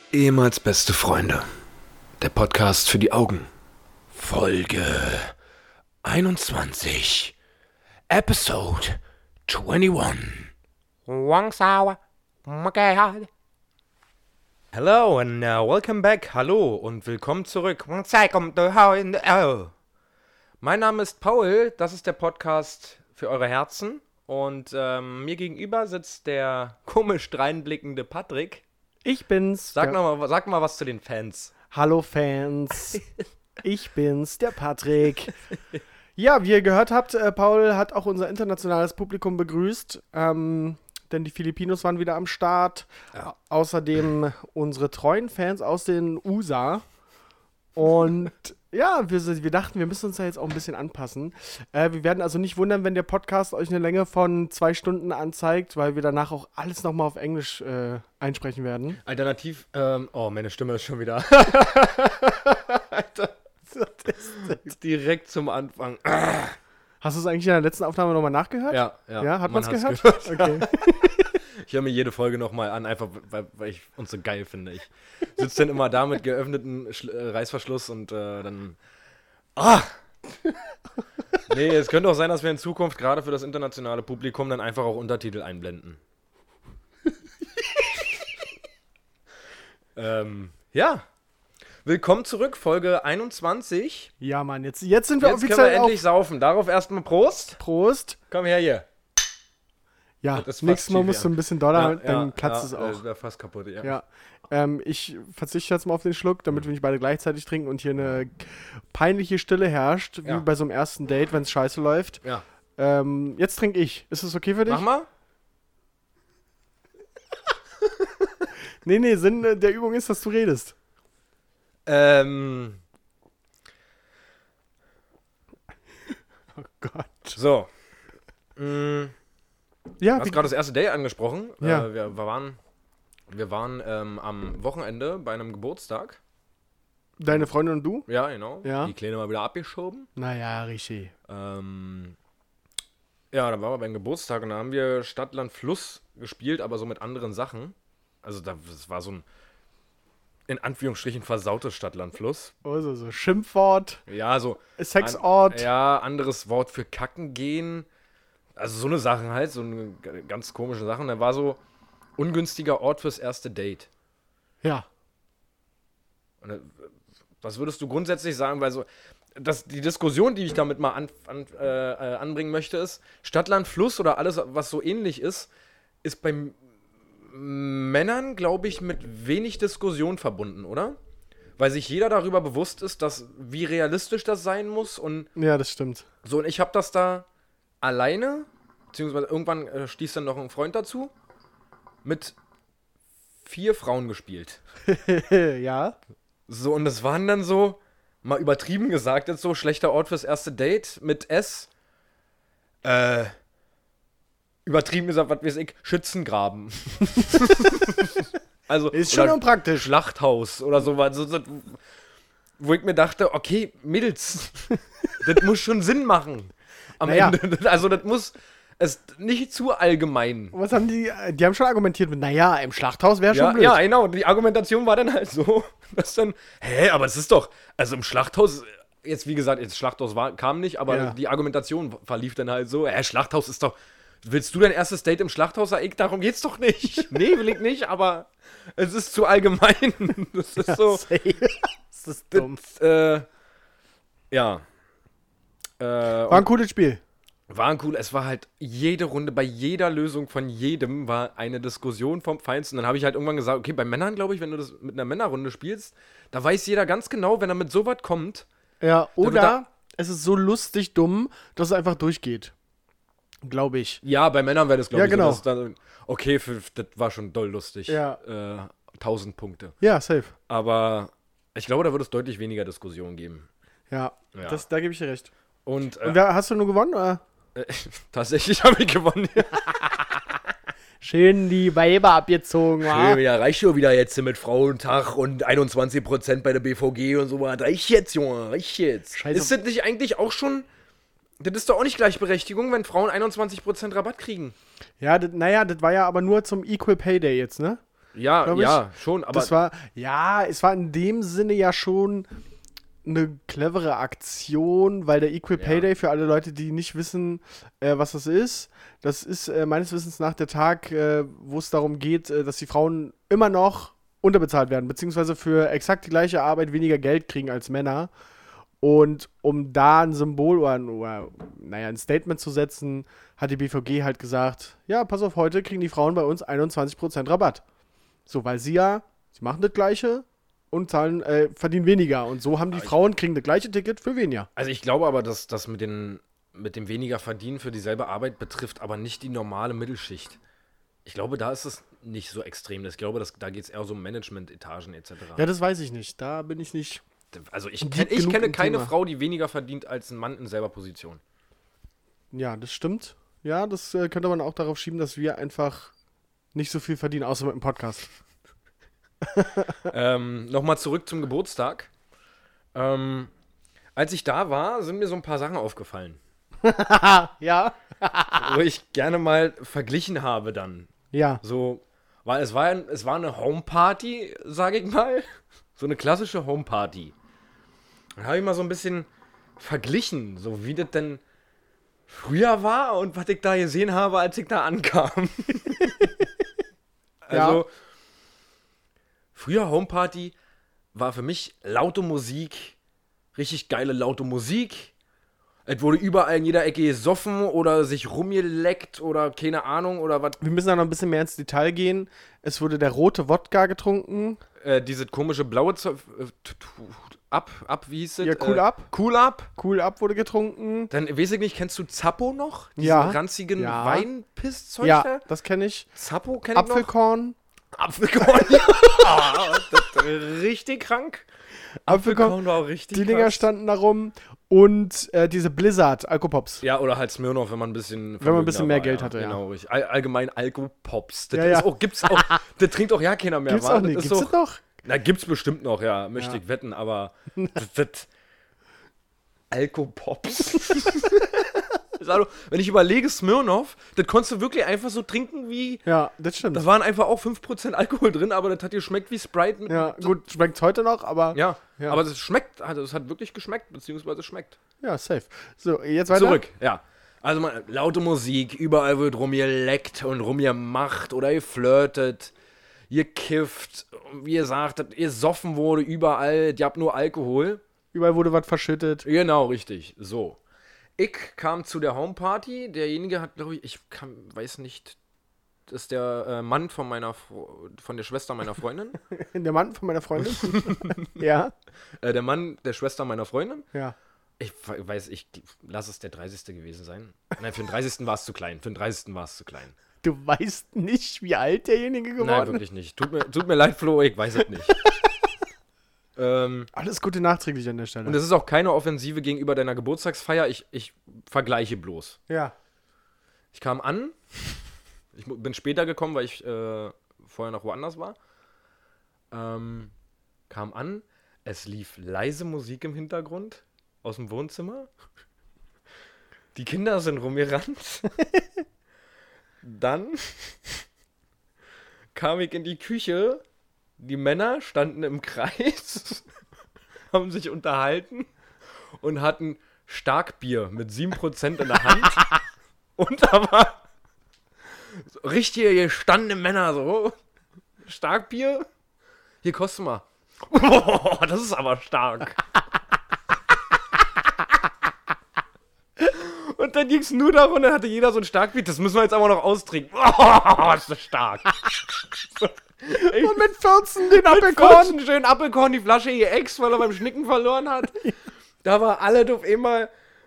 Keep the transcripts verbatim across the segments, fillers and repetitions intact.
Ehemals beste Freunde. Der Podcast für die Augen. Folge einundzwanzig. Episode einundzwanzig. One hour. Oh my God. Hello and uh, welcome back. Hallo und willkommen zurück. One second to how in the oh. Mein Name ist Paul, das ist der Podcast für eure Herzen. Und ähm, mir gegenüber sitzt der komisch dreinblickende Patrick. Ich bin's. Sag, der- noch mal, sag mal was zu den Fans. Hallo Fans. Ich bin's, der Patrick. Ja, wie ihr gehört habt, äh, Paul hat auch unser internationales Publikum begrüßt. Ähm, denn die Filipinos waren wieder am Start. Ja. Außerdem unsere treuen Fans aus den U S A. Und ja, wir, sind- wir dachten, wir müssen uns da jetzt auch ein bisschen anpassen. Äh, wir werden also nicht wundern, wenn der Podcast euch eine Länge von zwei Stunden anzeigt, weil wir danach auch alles nochmal auf Englisch äh, einsprechen werden. Alternativ, ähm, oh, meine Stimme ist schon wieder. Alter. Direkt zum Anfang. Hast du es eigentlich in der letzten Aufnahme nochmal nachgehört? Ja, ja. Ja, hat man man's hat's gehört? gehört. Okay. Ich höre mir jede Folge nochmal an, einfach weil, weil ich uns so geil finde. Ich sitze dann immer da mit geöffnetem Schl- äh, Reißverschluss und äh, dann. Ah! Nee, es könnte auch sein, dass wir in Zukunft gerade für das internationale Publikum dann einfach auch Untertitel einblenden. ähm, ja. Willkommen zurück, Folge einundzwanzig. Ja, Mann, jetzt, jetzt sind wir Jetzt können wir offiziell endlich auf saufen. Darauf erstmal Prost. Prost. Komm her hier. Ja, Das ist fast nächstes Mal schief, musst ja. du ein bisschen doller, dann platzt es äh, auch. Wäre fast kaputt, ja. Ja. Ähm, ich verzichte jetzt mal auf den Schluck, damit wir nicht beide gleichzeitig trinken und hier eine peinliche Stille herrscht, wie Ja. bei so einem ersten Date, wenn es scheiße läuft. Ja. Ähm, jetzt trinke ich. Ist das okay für dich? Mach mal. Nee, nee, Sinn äh, der Übung ist, dass du redest. Ähm, Oh Gott. so. Mm, Ja, Du hast wie, gerade das erste Date angesprochen. Ja. Äh, wir, wir waren, wir waren ähm, am Wochenende bei einem Geburtstag. deine Freundin und du? Ja, genau. Ja. Die Kleine mal wieder abgeschoben. Naja, richtig. Ähm, ja, dann waren wir beim Geburtstag und da haben wir Stadt, Land, Fluss gespielt, aber so mit anderen Sachen. Also da, das war so ein, in Anführungsstrichen, versautes Stadt, Land, Fluss. Also so Schimpfwort, Ja, so. Sexort. An, ja, anderes Wort für kacken gehen. Also so eine Sache halt, so eine g- ganz komische Sache. Und da war so ungünstiger Ort fürs erste Date. Ja. Und, äh, was würdest du grundsätzlich sagen? Weil so, das, die Diskussion, die ich damit mal an, an, äh, äh, anbringen möchte, ist, Stadt, Land, Fluss oder alles, was so ähnlich ist, ist bei M- Männern, glaube ich, mit wenig Diskussion verbunden, oder? Weil sich jeder darüber bewusst ist, dass wie realistisch das sein muss und Ja, das stimmt. so, und ich habe das da alleine, beziehungsweise irgendwann äh, stieß dann noch ein Freund dazu, mit vier Frauen gespielt. Ja. So, und das waren dann so, mal übertrieben gesagt, jetzt so schlechter Ort fürs erste Date mit S. Äh, übertrieben gesagt, was weiß ich, Schützengraben. Also, Ist schon oder unpraktisch. Schlachthaus oder sowas. So, so, wo ich mir dachte, okay, Mädels, das muss schon Sinn machen. Am Naja. Ende. Also, das muss es nicht zu allgemein. Was haben die? Die haben schon argumentiert mit, naja, im Schlachthaus wäre schon Ja, blöd. ja, genau. Die Argumentation war dann halt so, dass dann, hä, aber es ist doch, also im Schlachthaus, jetzt wie gesagt, das Schlachthaus war, kam nicht, aber Ja. die Argumentation verlief dann halt so, hä, Schlachthaus ist doch, willst du dein erstes Date im Schlachthaus? Sag ich, darum geht's doch nicht. Nee, will ich nicht, aber es ist zu allgemein. Das ist so, Das ist dumm. äh, ja. Äh, War ein cooles Spiel. War ein cool, es war halt jede Runde, bei jeder Lösung von jedem war eine Diskussion vom Feinsten. Dann habe ich halt irgendwann gesagt, okay, bei Männern, glaube ich, wenn du das mit einer Männerrunde spielst, da weiß jeder ganz genau, wenn er mit sowas kommt. Ja, wird oder da- es ist so lustig dumm, dass es einfach durchgeht. Glaube ich. Ja, bei Männern wäre das, glaube Ja, ich, genau. so, dass dann, okay, für, das war schon doll lustig. Ja. Äh, tausend Punkte. Ja, safe. Aber ich glaube, da wird es deutlich weniger Diskussionen geben. Ja, Ja. Das, da gebe ich dir recht. Und, äh, Und wer, hast du nur gewonnen? Oder? äh, tatsächlich habe ich gewonnen. Schön die Weiber abgezogen, wa? Ja, reicht schon wieder jetzt mit Frauentag und einundzwanzig Prozent bei der B V G und so was. Reicht jetzt, Junge, reicht jetzt. Scheiße. Ist das nicht eigentlich auch schon. Das ist doch auch nicht Gleichberechtigung, wenn Frauen einundzwanzig Prozent Rabatt kriegen. Ja, das, naja, das war ja aber nur zum Equal Pay Day jetzt, ne? Ja, glaub ich. ja, schon, aber Das war, ja, es war in dem Sinne ja schon eine clevere Aktion, weil der Equal Pay Ja. Day, für alle Leute, die nicht wissen, äh, was das ist, das ist äh, meines Wissens nach der Tag, äh, wo es darum geht, äh, dass die Frauen immer noch unterbezahlt werden, beziehungsweise für exakt die gleiche Arbeit weniger Geld kriegen als Männer. Und um da ein Symbol oder, ein- oder naja, ein Statement zu setzen, hat die B V G halt gesagt, ja, pass auf, heute kriegen die Frauen bei uns einundzwanzig Prozent Rabatt. So, weil sie ja, sie machen das Gleiche und zahlen, äh, verdienen weniger. Und so haben die Frauen, kriegen das gleiche Ticket für weniger. also ich glaube aber, dass das mit, den, mit dem weniger Verdienen für dieselbe Arbeit betrifft, aber nicht die normale Mittelschicht. Ich glaube, da ist es nicht so extrem. Ich glaube, dass, da geht es eher so um Management-Etagen et cetera. Ja, das weiß ich nicht. Da bin ich nicht. Also ich, Deep kenn, ich genug kenne im keine Thema. Frau, die weniger verdient als ein Mann in selber Position. Ja, das stimmt. Ja, das äh, könnte man auch darauf schieben, dass wir einfach nicht so viel verdienen, außer mit dem Podcast. ähm, Nochmal zurück zum Geburtstag. Ähm, als ich da war, sind mir so ein paar Sachen aufgefallen, Ja. wo ich gerne mal verglichen habe dann. Ja. So, weil es war, ein- es war eine Homeparty, sage ich mal. So eine klassische Homeparty. Dann habe ich mal so ein bisschen verglichen, so wie das denn früher war und was ich da gesehen habe, als ich da ankam. Also, Ja. früher Homeparty war für mich laute Musik, richtig geile laute Musik. Es wurde überall in jeder Ecke gesoffen oder sich rumgeleckt oder keine Ahnung oder was. Wir müssen da noch ein bisschen mehr ins Detail gehen. Es wurde der rote Wodka getrunken. Äh, diese komische blaue Z- äh, t- t- Ab, ab, wie hieß es? Ja, Cool äh, Up. Cool Up. Cool Up wurde getrunken. Dann, weiß ich nicht, kennst du Zappo noch? Diesen Ja. ranzigen Ja. Weinpisszeug Ja, da? das kenne ich. Zappo kenn ich noch. Apfelkorn. Apfelkorn. Ah, das ist richtig krank. Apfelkorn. war auch richtig Die Dinger krass. standen da rum. Und äh, diese Blizzard, Alkopops. Ja, oder halt Smirnoff, wenn man ein bisschen Wenn man ein vermögender bisschen mehr war, Geld hatte, ja. Genau, richtig. All, allgemein Alkopops. Das Ja, ist ja. auch, gibt's auch, das trinkt auch ja keiner mehr, Gibt's wa? auch nicht. Das ist Gibt's auch, das noch? Na, gibt's bestimmt noch, ja, möchte Ja. ich wetten, aber das, das Alkopops. Also, wenn ich überlege, Smirnoff, das konntest du wirklich einfach so trinken wie, Ja, das stimmt. da waren einfach auch fünf Prozent Alkohol drin, aber das hat geschmeckt wie Sprite mit, ja, gut, schmeckt's heute noch, aber ja, ja, Ja. aber es schmeckt, also es hat wirklich geschmeckt, beziehungsweise schmeckt. safe. So, jetzt weiter. Zurück, ja. Also mal, laute Musik, überall wird rumgeleckt und rumgemacht oder geflirtet, gekifft, wie ihr sagtet, ihr soffen wurde überall, ihr habt nur Alkohol. Überall wurde was verschüttet. Genau, richtig, so. Ich kam zu der Homeparty, derjenige hat, glaube ich, ich kann, weiß nicht, das ist der äh, Mann von meiner, Fro- von der Schwester meiner Freundin. Der Mann von meiner Freundin. Ja, äh, der Mann der Schwester meiner Freundin. ja. Ich we- weiß, ich lass es der dreißigste gewesen sein. Nein, für den dreißigsten war es zu klein. Für den dreißigsten war es zu klein. Du weißt nicht, wie alt derjenige geworden Nein, ist. wirklich nicht. Tut mir, tut mir leid, Flo, ich weiß es nicht. ähm, Alles Gute nachträglich an der Stelle. und es ist auch keine Offensive gegenüber deiner Geburtstagsfeier. Ich, ich vergleiche bloß. ja. Ich kam an. Ich mu- bin später gekommen, weil ich äh, vorher noch woanders war. Ähm, kam an. Es lief leise Musik im Hintergrund aus dem Wohnzimmer. Die Kinder sind rumgerannt. Dann kam ich in die Küche. Die Männer standen im Kreis, haben sich unterhalten und hatten Starkbier mit sieben Prozent in der Hand. Und aber so richtige gestandene Männer so. Starkbier? Hier kostet mal. Boah, das ist aber stark. Und dann ging es nur darum, dann hatte jeder so ein Starkbier. Das müssen wir jetzt aber noch austrinken. Oh, ist das stark. Und mit vierzehn den Apfelkorn, Apfelkorn. einen schönen Apfelkorn, die Flasche ihr Ex, weil er beim Schnicken verloren hat. Da war alle auf einmal.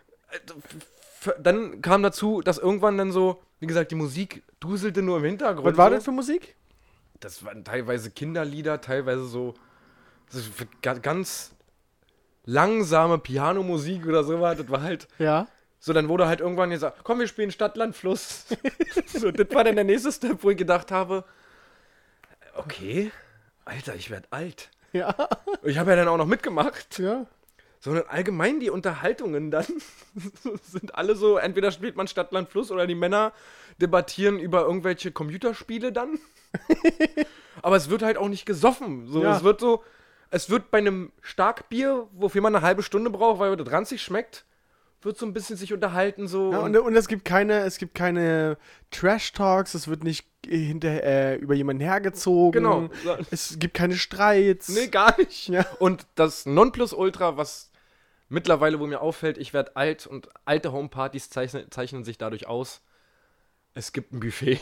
Dann kam dazu, dass irgendwann dann so, wie gesagt, die Musik duselte nur im Hintergrund. Was war so. das für Musik? Das waren teilweise Kinderlieder, teilweise so, so ga- ganz langsame Pianomusik oder sowas. Das war halt. Ja. So, dann wurde halt irgendwann gesagt, komm, wir spielen Stadt, Land, Fluss. So, das war dann der nächste Step, wo ich gedacht habe, okay, Alter, ich werd alt. Ja. Ich habe ja dann auch noch mitgemacht. Ja. Sondern allgemein die Unterhaltungen dann sind alle so, entweder spielt man Stadt, Land, Fluss oder die Männer debattieren über irgendwelche Computerspiele dann. aber es wird halt auch nicht gesoffen. So, Ja. es wird so, es wird bei einem Starkbier, wofür man eine halbe Stunde braucht, weil das ranzig schmeckt, wird so ein bisschen sich unterhalten, so. Ja, und, und es gibt keine, es gibt keine Trash-Talks, es wird nicht hinter, äh, über jemanden hergezogen. Genau. Es gibt keine Streits. Nee, gar nicht. Ja. Und das Nonplusultra, was mittlerweile, wo mir auffällt, ich werde alt und alte Homepartys zeichnen, zeichnen sich dadurch aus, es gibt ein Buffet.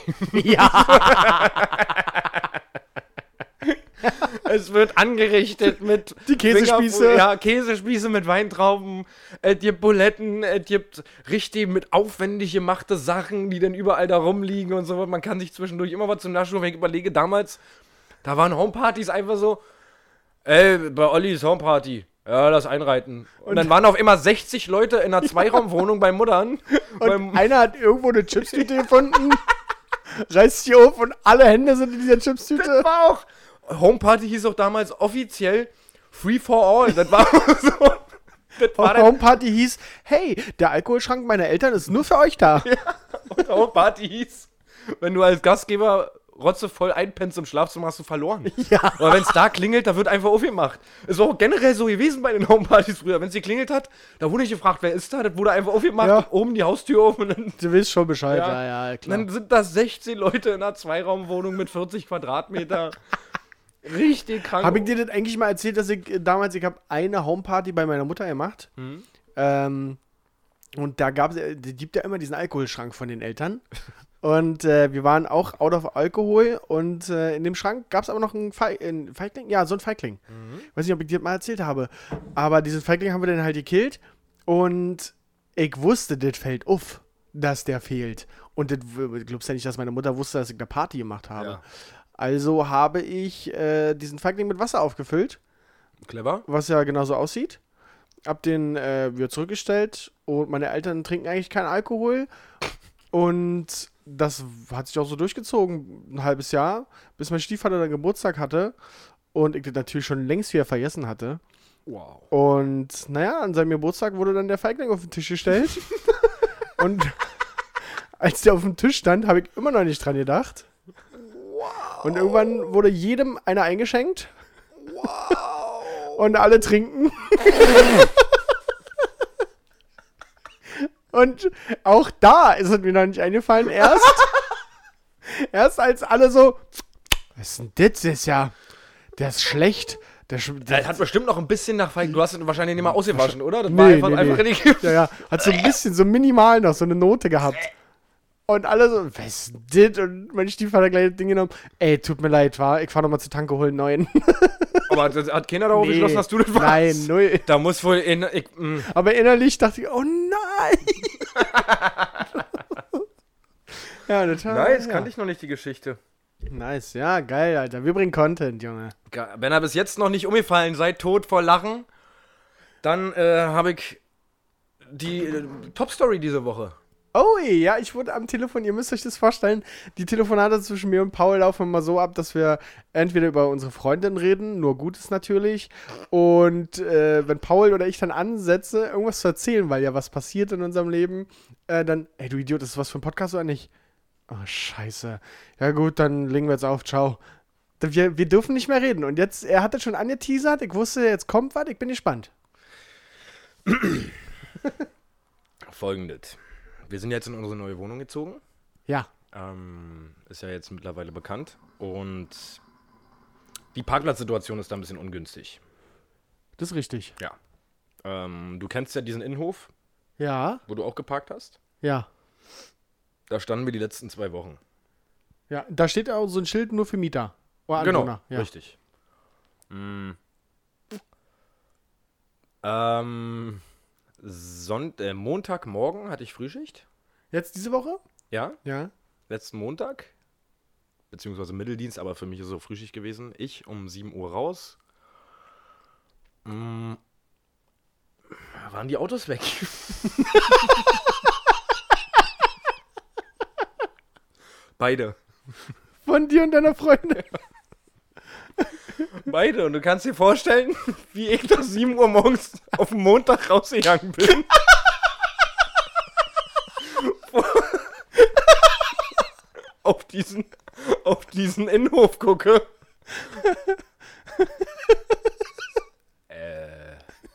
Es wird angerichtet mit Die Käsespieße. Finger- Ja, Käsespieße mit Weintrauben. Es gibt Buletten, es gibt richtig mit aufwendig gemachte Sachen, die dann überall da rumliegen und so. Man kann sich zwischendurch immer was zum Naschen. Wenn ich überlege, damals, da waren Homepartys einfach so, ey, bei Ollis Homeparty. Ja, das einreiten. Und, und dann waren auf immer sechzig Leute in einer Zweiraumwohnung bei Muttern. Und einer hat irgendwo eine Chipstüte gefunden, reißt die auf und alle Hände sind in dieser Chipstüte. Das war auch. Homeparty hieß auch damals offiziell Free for All. Das war so. Das war Und Homeparty hieß, hey, der Alkoholschrank meiner Eltern ist nur für euch da. Und Homeparty hieß, wenn du als Gastgeber rotzevoll einpennst im Schlafzimmer, hast du verloren. Ja. Aber wenn es da klingelt, da wird einfach aufgemacht. Es war auch generell so gewesen bei den Homepartys früher. Wenn es geklingelt hat, da wurde nicht gefragt, wer ist da? Das wurde einfach aufgemacht, Ja. oben die Haustür auf und dann, Du weißt schon Bescheid, Ja. ja, ja, klar. dann sind das sechzehn Leute in einer Zweiraumwohnung mit vierzig Quadratmeter. Richtig krank. Habe ich dir das eigentlich mal erzählt, dass ich äh, damals, ich habe eine Homeparty bei meiner Mutter gemacht. Mhm. Ähm, und da gab es, äh, die gibt ja immer diesen Alkoholschrank von den Eltern. Und äh, wir waren auch out of Alkohol und äh, in dem Schrank gab es aber noch einen Fe ein Feigling. Ja, so ein Feigling. Weiß nicht, ob ich dir das mal erzählt habe. Aber diesen Feigling haben wir dann halt gekillt und ich wusste, das fällt auf, dass der fehlt. Und das, du glaubst ja nicht, dass meine Mutter wusste, dass ich eine Party gemacht habe. Ja. Also habe ich äh, diesen Feigling mit Wasser aufgefüllt, Clever. was ja genauso aussieht. Hab den äh, wieder zurückgestellt und meine Eltern trinken eigentlich keinen Alkohol. Und das hat sich auch so durchgezogen, ein halbes Jahr, bis mein Stiefvater dann Geburtstag hatte und ich das natürlich schon längst wieder vergessen hatte. Wow. Und naja, an seinem Geburtstag wurde dann der Feigling auf den Tisch gestellt. Und als der auf dem Tisch stand, habe ich immer noch nicht dran gedacht. Wow. Und irgendwann wurde jedem einer eingeschenkt. Wow. Und alle trinken. Und auch da ist es mir noch nicht eingefallen. Erst, erst als alle so, was ist denn das? Das ist ja, der ist schlecht. Der, sch- der Das hat bestimmt noch ein bisschen nach Feig. Du hast es wahrscheinlich nicht mal ausgewaschen, oder? Das Nee, war einfach, nee, einfach nee. in die Ja, ja, hat so ein bisschen, so minimal noch so eine Note gehabt. Und alle so, was ist denn das? Und mein Stiefvater gleich das Ding genommen. Ey, tut mir leid, war. Ich fahr nochmal zur Tanke, holen neuen. Aber das hat keiner darauf Nee. beschlossen, dass du das warst. Nein, null. Da muss wohl in. Ich, mh. Aber innerlich dachte ich, oh nein. ja, das war, Nice, ja. kannte ich noch nicht die Geschichte. Nice, ja, geil, Alter. Wir bringen Content, Junge. Ge- Wenn er bis jetzt noch nicht umgefallen seid, tot vor Lachen, dann äh, habe ich die äh, Top-Story diese Woche. Oh ja, ich wurde am Telefon, ihr müsst euch das vorstellen, die Telefonate zwischen mir und Paul laufen immer so ab, dass wir entweder über unsere Freundin reden, nur Gutes natürlich, und äh, wenn Paul oder ich dann ansetze, irgendwas zu erzählen, weil ja was passiert in unserem Leben, äh, dann, ey du Idiot, ist das was für ein Podcast oder nicht? Oh, scheiße. Ja gut, dann legen wir jetzt auf, ciao. Wir, wir dürfen nicht mehr reden. Und jetzt, er hat das schon angeteasert, ich wusste, jetzt kommt was, ich bin gespannt. Folgendes. Wir sind jetzt in unsere neue Wohnung gezogen. Ja. Ähm, ist ja jetzt mittlerweile bekannt. Und die Parkplatzsituation ist da ein bisschen ungünstig. Das ist richtig. Ja. Ähm, du kennst ja diesen Innenhof, Ja, wo du auch geparkt hast. ja. Da standen wir die letzten zwei Wochen. Ja, da steht auch so ein Schild nur für Mieter. Oder Genau, Anwohner. Ja. richtig. Mm. Ähm, Sonnt äh, Montagmorgen hatte ich Frühschicht. Jetzt diese Woche? Ja, Ja. letzten Montag. Beziehungsweise Mitteldienst, aber für mich ist es so Frühschicht gewesen. Ich um sieben Uhr raus. Mm. Da waren die Autos weg. Beide. Von dir und deiner Freundin. Beide. Und du kannst dir vorstellen, wie ich nach sieben Uhr morgens auf den Montag rausgegangen bin. auf diesen, auf diesen Innenhof gucke. äh.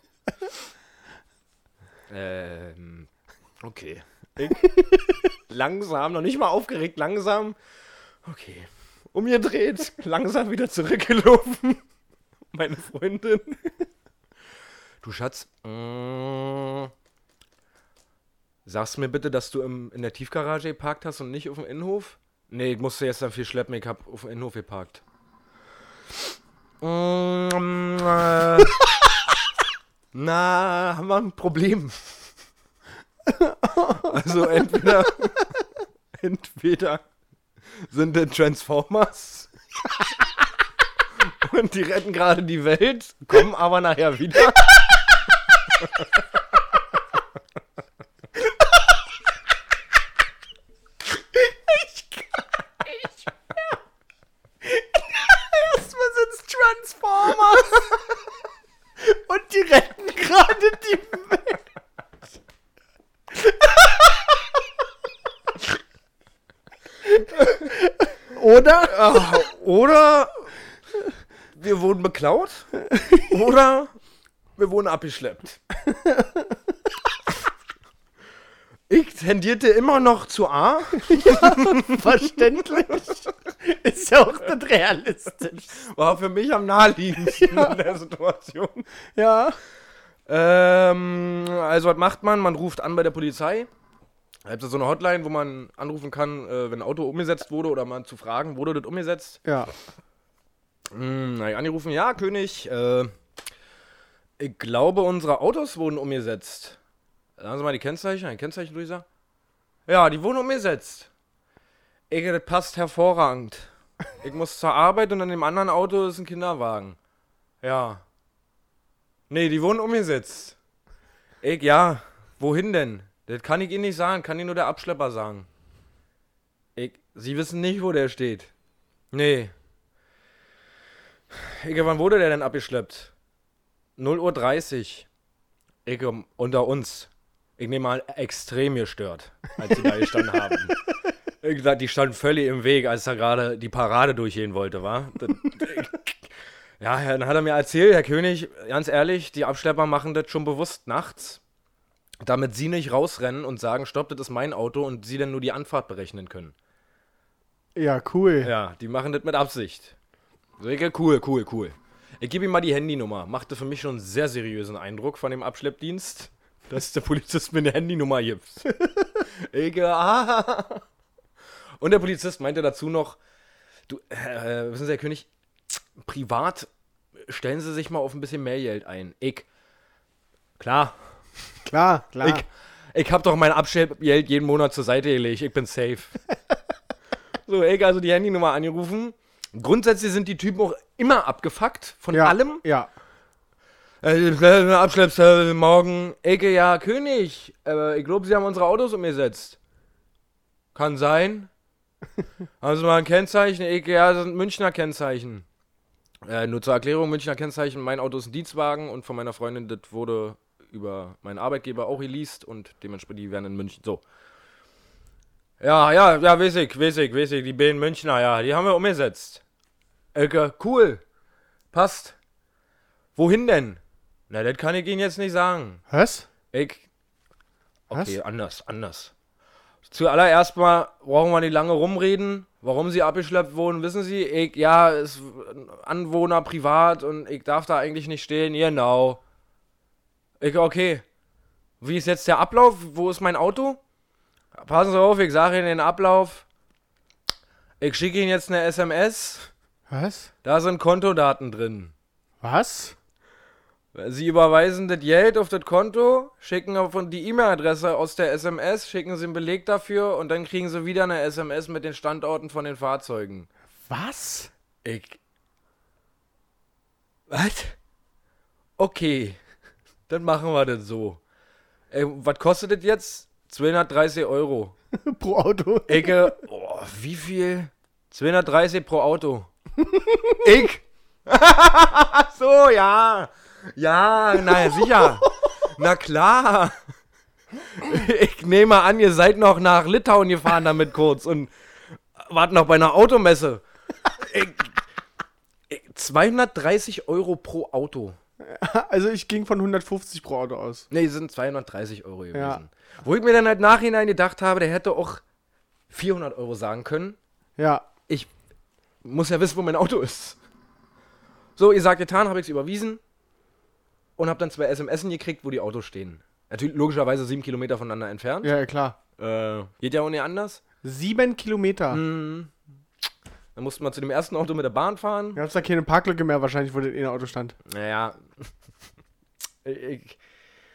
Ähm. Okay. Ich, langsam, noch nicht mal aufgeregt, langsam. Okay. Umgedreht, langsam wieder zurückgelaufen. Meine Freundin. Du Schatz, mm, sagst mir bitte, dass du im, in der Tiefgarage geparkt hast und nicht auf dem Innenhof? Nee, ich musste jetzt dann viel schleppen, ich hab auf dem Innenhof geparkt. Mm, äh, na, haben wir ein Problem. Also entweder, entweder sind das Transformers und die retten gerade die Welt, kommen aber nachher wieder. Ich kann nicht mehr. Erstmal sind's Transformers. Und die retten gerade die Welt. Oder? Ah, oder wir wurden beklaut. Oder wir wurden abgeschleppt. Ich tendierte immer noch zu A. Verständlich. Ist ja auch nicht realistisch. War für mich am naheliegendsten in der Situation. Ja. Ähm, also was macht man? Man ruft an bei der Polizei. Da gibt es so eine Hotline, wo man anrufen kann, äh, wenn ein Auto umgesetzt wurde oder mal zu fragen, wurde das umgesetzt? Ja. Hm, na, ich angerufen, ja, König, äh, ich glaube, unsere Autos wurden umgesetzt. Sagen Sie mal die Kennzeichen, ein Kennzeichen, Luisa? Ja, die wurden umgesetzt. Ich, das passt hervorragend. Ich muss zur Arbeit und an dem anderen Auto ist ein Kinderwagen. Ja. Nee, die wurden umgesetzt. Ich, ja, wohin denn? Das kann ich Ihnen nicht sagen, kann Ihnen nur der Abschlepper sagen. Ich, Sie wissen nicht, wo der steht. Nee. Ich, wann wurde der denn abgeschleppt? null Uhr dreißig. Ich, unter uns. Ich nehme mal extrem gestört, als sie da gestanden haben. Ich, die standen völlig im Weg, als er gerade die Parade durchgehen wollte, wa? Das, ich, ja, dann hat er mir erzählt, Herr König, ganz ehrlich, die Abschlepper machen das schon bewusst nachts, damit sie nicht rausrennen und sagen, stopp, das ist mein Auto und sie dann nur die Anfahrt berechnen können. Ja, cool. Ja, die machen das mit Absicht. So, ich, cool, cool, cool. Ich gebe ihm mal die Handynummer. Machte für mich schon einen sehr seriösen Eindruck von dem Abschleppdienst, dass der Polizist mir eine Handynummer gibt. Ich, ah. Und der Polizist meinte dazu noch, du, äh, wissen Sie, Herr König, privat stellen Sie sich mal auf ein bisschen mehr Geld ein. Ich, klar. Klar, klar. Ich, ich hab doch mein Abschleppgeld jeden Monat zur Seite gelegt. Ich bin safe. So, ich also die Handynummer angerufen. Grundsätzlich sind die Typen auch immer abgefuckt von ja, allem. Ja. Äh, Abschleppst äh, morgen. Ecke, ja, König. Äh, ich glaube, Sie haben unsere Autos umgesetzt. Kann sein. Haben Sie mal ein Kennzeichen? Ecke, ja, das sind Münchner Kennzeichen. Äh, nur zur Erklärung, Münchner Kennzeichen. Mein Auto ist ein Dienstwagen und von meiner Freundin, das wurde über meinen Arbeitgeber auch released und dementsprechend, die werden in München. So. Ja, ja, ja, weiß ich, weiß ich, weiß ich. Die beiden Münchner, ja, die haben wir umgesetzt. Ecke, cool. Passt. Wohin denn? Na, das kann ich Ihnen jetzt nicht sagen. Was? Ich. Okay, Was? anders, anders. Zuallererst mal brauchen wir nicht lange rumreden. Warum sie abgeschleppt wurden, wissen Sie? Ich, ja, ist Anwohner privat und ich darf da eigentlich nicht stehen. Genau. Ich, okay. Wie ist jetzt der Ablauf? Wo ist mein Auto? Passen Sie auf, ich sage Ihnen den Ablauf. Ich schicke Ihnen jetzt eine S M S. Was? Da sind Kontodaten drin. Was? Sie überweisen das Geld auf das Konto, schicken auf die E-Mail-Adresse aus der S M S, schicken Sie einen Beleg dafür und dann kriegen Sie wieder eine S M S mit den Standorten von den Fahrzeugen. Was? Ich. Was? Okay. Dann machen wir das so. Ey, was kostet das jetzt? zweihundertdreißig Euro. Pro Auto. Ecke. Oh, wie viel? zweihundertdreißig pro Auto. Ich? So, ja. Ja, na sicher. Na klar. Ich nehme an, ihr seid noch nach Litauen gefahren damit kurz und wart noch bei einer Automesse. Ich, zweihundertdreißig Euro pro Auto. Also ich ging von hundertfünfzig pro Auto aus. Ne, sind zweihundertdreißig Euro gewesen. Ja. Wo ich mir dann halt nachhinein gedacht habe, der hätte auch vierhundert Euro sagen können. Ja. Ich muss ja wissen, wo mein Auto ist. So, ihr sagt getan, habe ich es überwiesen und habe dann zwei S M S gekriegt, wo die Autos stehen. Natürlich logischerweise sieben Kilometer voneinander entfernt. Ja, ja, klar. Äh, geht ja auch nicht anders. Sieben Kilometer. Mhm. Dann mussten wir zu dem ersten Auto mit der Bahn fahren. Du hast da keine Parklücke mehr wahrscheinlich, wo das in Auto stand. Naja. ich,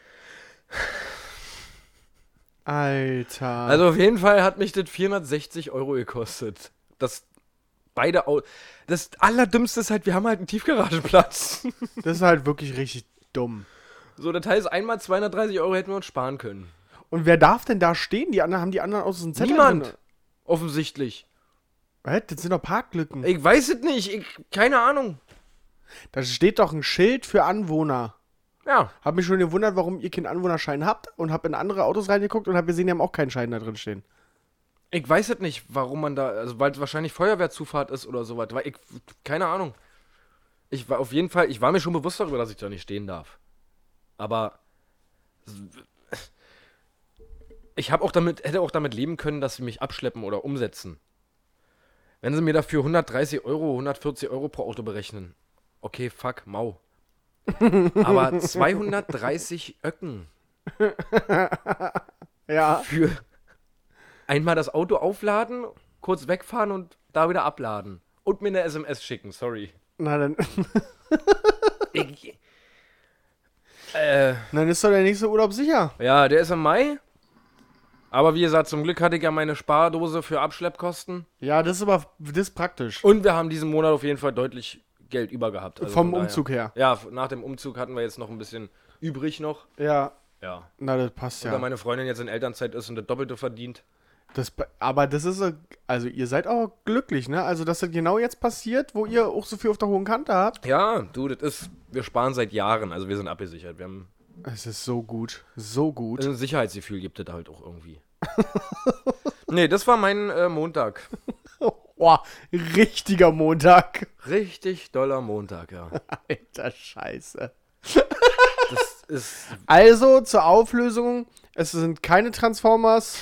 Alter. also auf jeden Fall hat mich das vierhundertsechzig Euro gekostet. Das beide Autos. Das Allerdümmste ist halt, wir haben halt einen Tiefgaragenplatz. Das ist halt wirklich richtig dumm. So, das heißt, einmal zweihundertdreißig Euro hätten wir uns sparen können. Und wer darf denn da stehen? Die anderen haben die anderen aus dem Zettel Niemand. drin. Offensichtlich. Hä? Das sind doch Parklücken. Ich weiß es nicht. Ich, keine Ahnung. Da steht doch ein Schild für Anwohner. Ja. Hab mich schon gewundert, warum ihr keinen Anwohnerschein habt und hab in andere Autos reingeguckt und hab gesehen, die haben auch keinen Schein da drin stehen. Ich weiß es nicht, warum man da, also weil es wahrscheinlich Feuerwehrzufahrt ist oder sowas. Weil ich, keine Ahnung. Ich war auf jeden Fall, ich war mir schon bewusst darüber, dass ich da nicht stehen darf. Aber ich habe auch damit, hätte auch damit leben können, dass sie mich abschleppen oder umsetzen. Wenn sie mir dafür hundertdreißig Euro, hundertvierzig Euro pro Auto berechnen. Okay, fuck, mau. Aber zweihundertdreißig Öcken Ja. für einmal das Auto aufladen, kurz wegfahren und da wieder abladen. Und mir eine S M S schicken, sorry. Na dann, Ich, äh, dann ist doch der nächste Urlaub sicher. ja, der ist im Mai. Aber wie gesagt, zum Glück hatte ich ja meine Spardose für Abschleppkosten. Ja, das ist aber das ist praktisch. Und wir haben diesen Monat auf jeden Fall deutlich Geld über gehabt. Also Vom von daher- Umzug her. Ja, f- nach dem Umzug hatten wir jetzt noch ein bisschen übrig noch. Ja. Ja. Na, das passt Und ja. da meine Freundin jetzt in Elternzeit ist und das Doppelte verdient. Das, aber das ist, so- also ihr seid auch glücklich, ne? Also, dass das genau jetzt passiert, wo ihr auch so viel auf der hohen Kante habt. Ja, du, das ist, wir sparen seit Jahren, also wir sind abgesichert. Wir haben, Es ist so gut, so gut. also ein Sicherheitsgefühl gibt es da halt auch irgendwie. Nee, das war mein äh, Montag. Oh, richtiger Montag. Richtig doller Montag, ja. Alter Scheiße. Das ist, Also, zur Auflösung, es sind keine Transformers.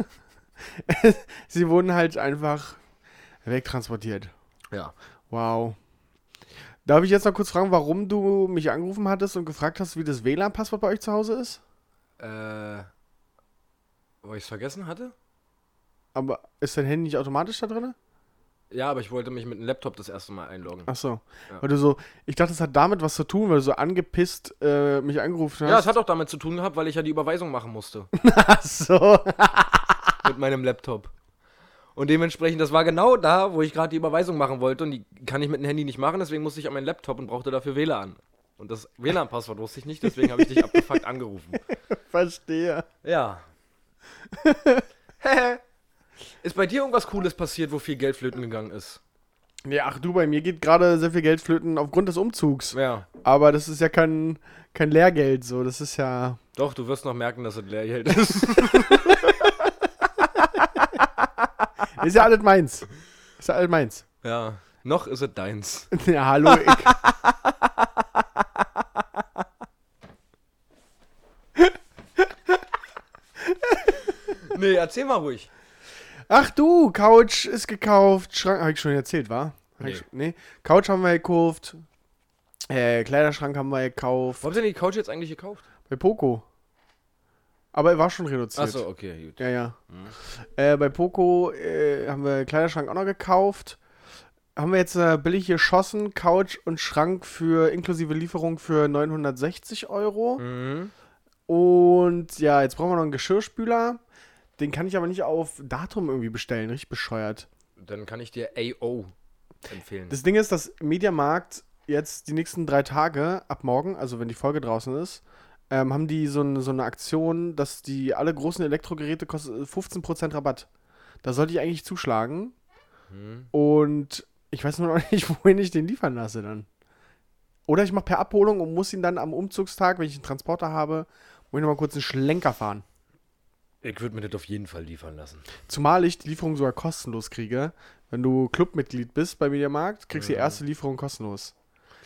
Sie wurden halt einfach wegtransportiert. ja. Wow. Darf ich jetzt noch kurz fragen, warum du mich angerufen hattest und gefragt hast, wie das W L A N-Passwort bei euch zu Hause ist? Äh, weil ich es vergessen hatte? Aber ist dein Handy nicht automatisch da drin? Ja, aber ich wollte mich mit dem Laptop das erste Mal einloggen. Ach so. Ja. Weil du so, ich dachte, es hat damit was zu tun, weil du so angepisst äh, mich angerufen hast. Ja, es hat auch damit zu tun gehabt, weil ich ja die Überweisung machen musste. Ach so. Mit meinem Laptop. Und dementsprechend, das war genau da, wo ich gerade die Überweisung machen wollte. Und die kann ich mit dem Handy nicht machen, deswegen musste ich an meinen Laptop und brauchte dafür W L A N. Und das W L A N-Passwort wusste ich nicht, deswegen habe ich dich abgefuckt angerufen. Verstehe. Ja. Ist bei dir irgendwas Cooles passiert, wo viel Geld flöten gegangen ist? Nee, ach du, bei mir geht gerade sehr viel Geld flöten aufgrund des Umzugs. Ja. Aber das ist ja kein, kein Lehrgeld, so. Das ist ja. Doch, du wirst noch merken, dass es Lehrgeld ist. Ist ja alles meins. Ist ja alles meins. Ja. Noch ist es deins. Ja, hallo, ich. Nee, erzähl mal ruhig. Ach du, Couch ist gekauft. Schrank, habe ich schon erzählt, wa? Hab Nee. ich, nee. Couch haben wir gekauft. Äh, Kleiderschrank haben wir gekauft. Wo habt ihr denn die Couch jetzt eigentlich gekauft? Bei Poco. Aber er war schon reduziert. Achso, okay, gut. Ja, ja. Äh, bei Poco äh, haben wir Kleiderschrank auch noch gekauft. Haben wir jetzt äh, billig geschossen, Couch und Schrank für inklusive Lieferung für neunhundertsechzig Euro. Mhm. Und ja, jetzt brauchen wir noch einen Geschirrspüler. Den kann ich aber nicht auf Datum irgendwie bestellen. Richtig bescheuert. Dann kann ich dir A O empfehlen. Das Ding ist, dass Mediamarkt jetzt die nächsten drei Tage, ab morgen, also wenn die Folge draußen ist, ähm, haben die so, ein, so eine Aktion, dass die alle großen Elektrogeräte kosten fünfzehn Prozent Rabatt. Da sollte ich eigentlich zuschlagen. Hm. Und ich weiß nur noch nicht, wohin ich den liefern lasse dann. Oder ich mache per Abholung und muss ihn dann am Umzugstag, wenn ich einen Transporter habe, muss ich noch mal kurz einen Schlenker fahren. Ich würde mir das auf jeden Fall liefern lassen. Zumal ich die Lieferung sogar kostenlos kriege. Wenn du Clubmitglied bist bei Mediamarkt, kriegst du die erste Lieferung kostenlos.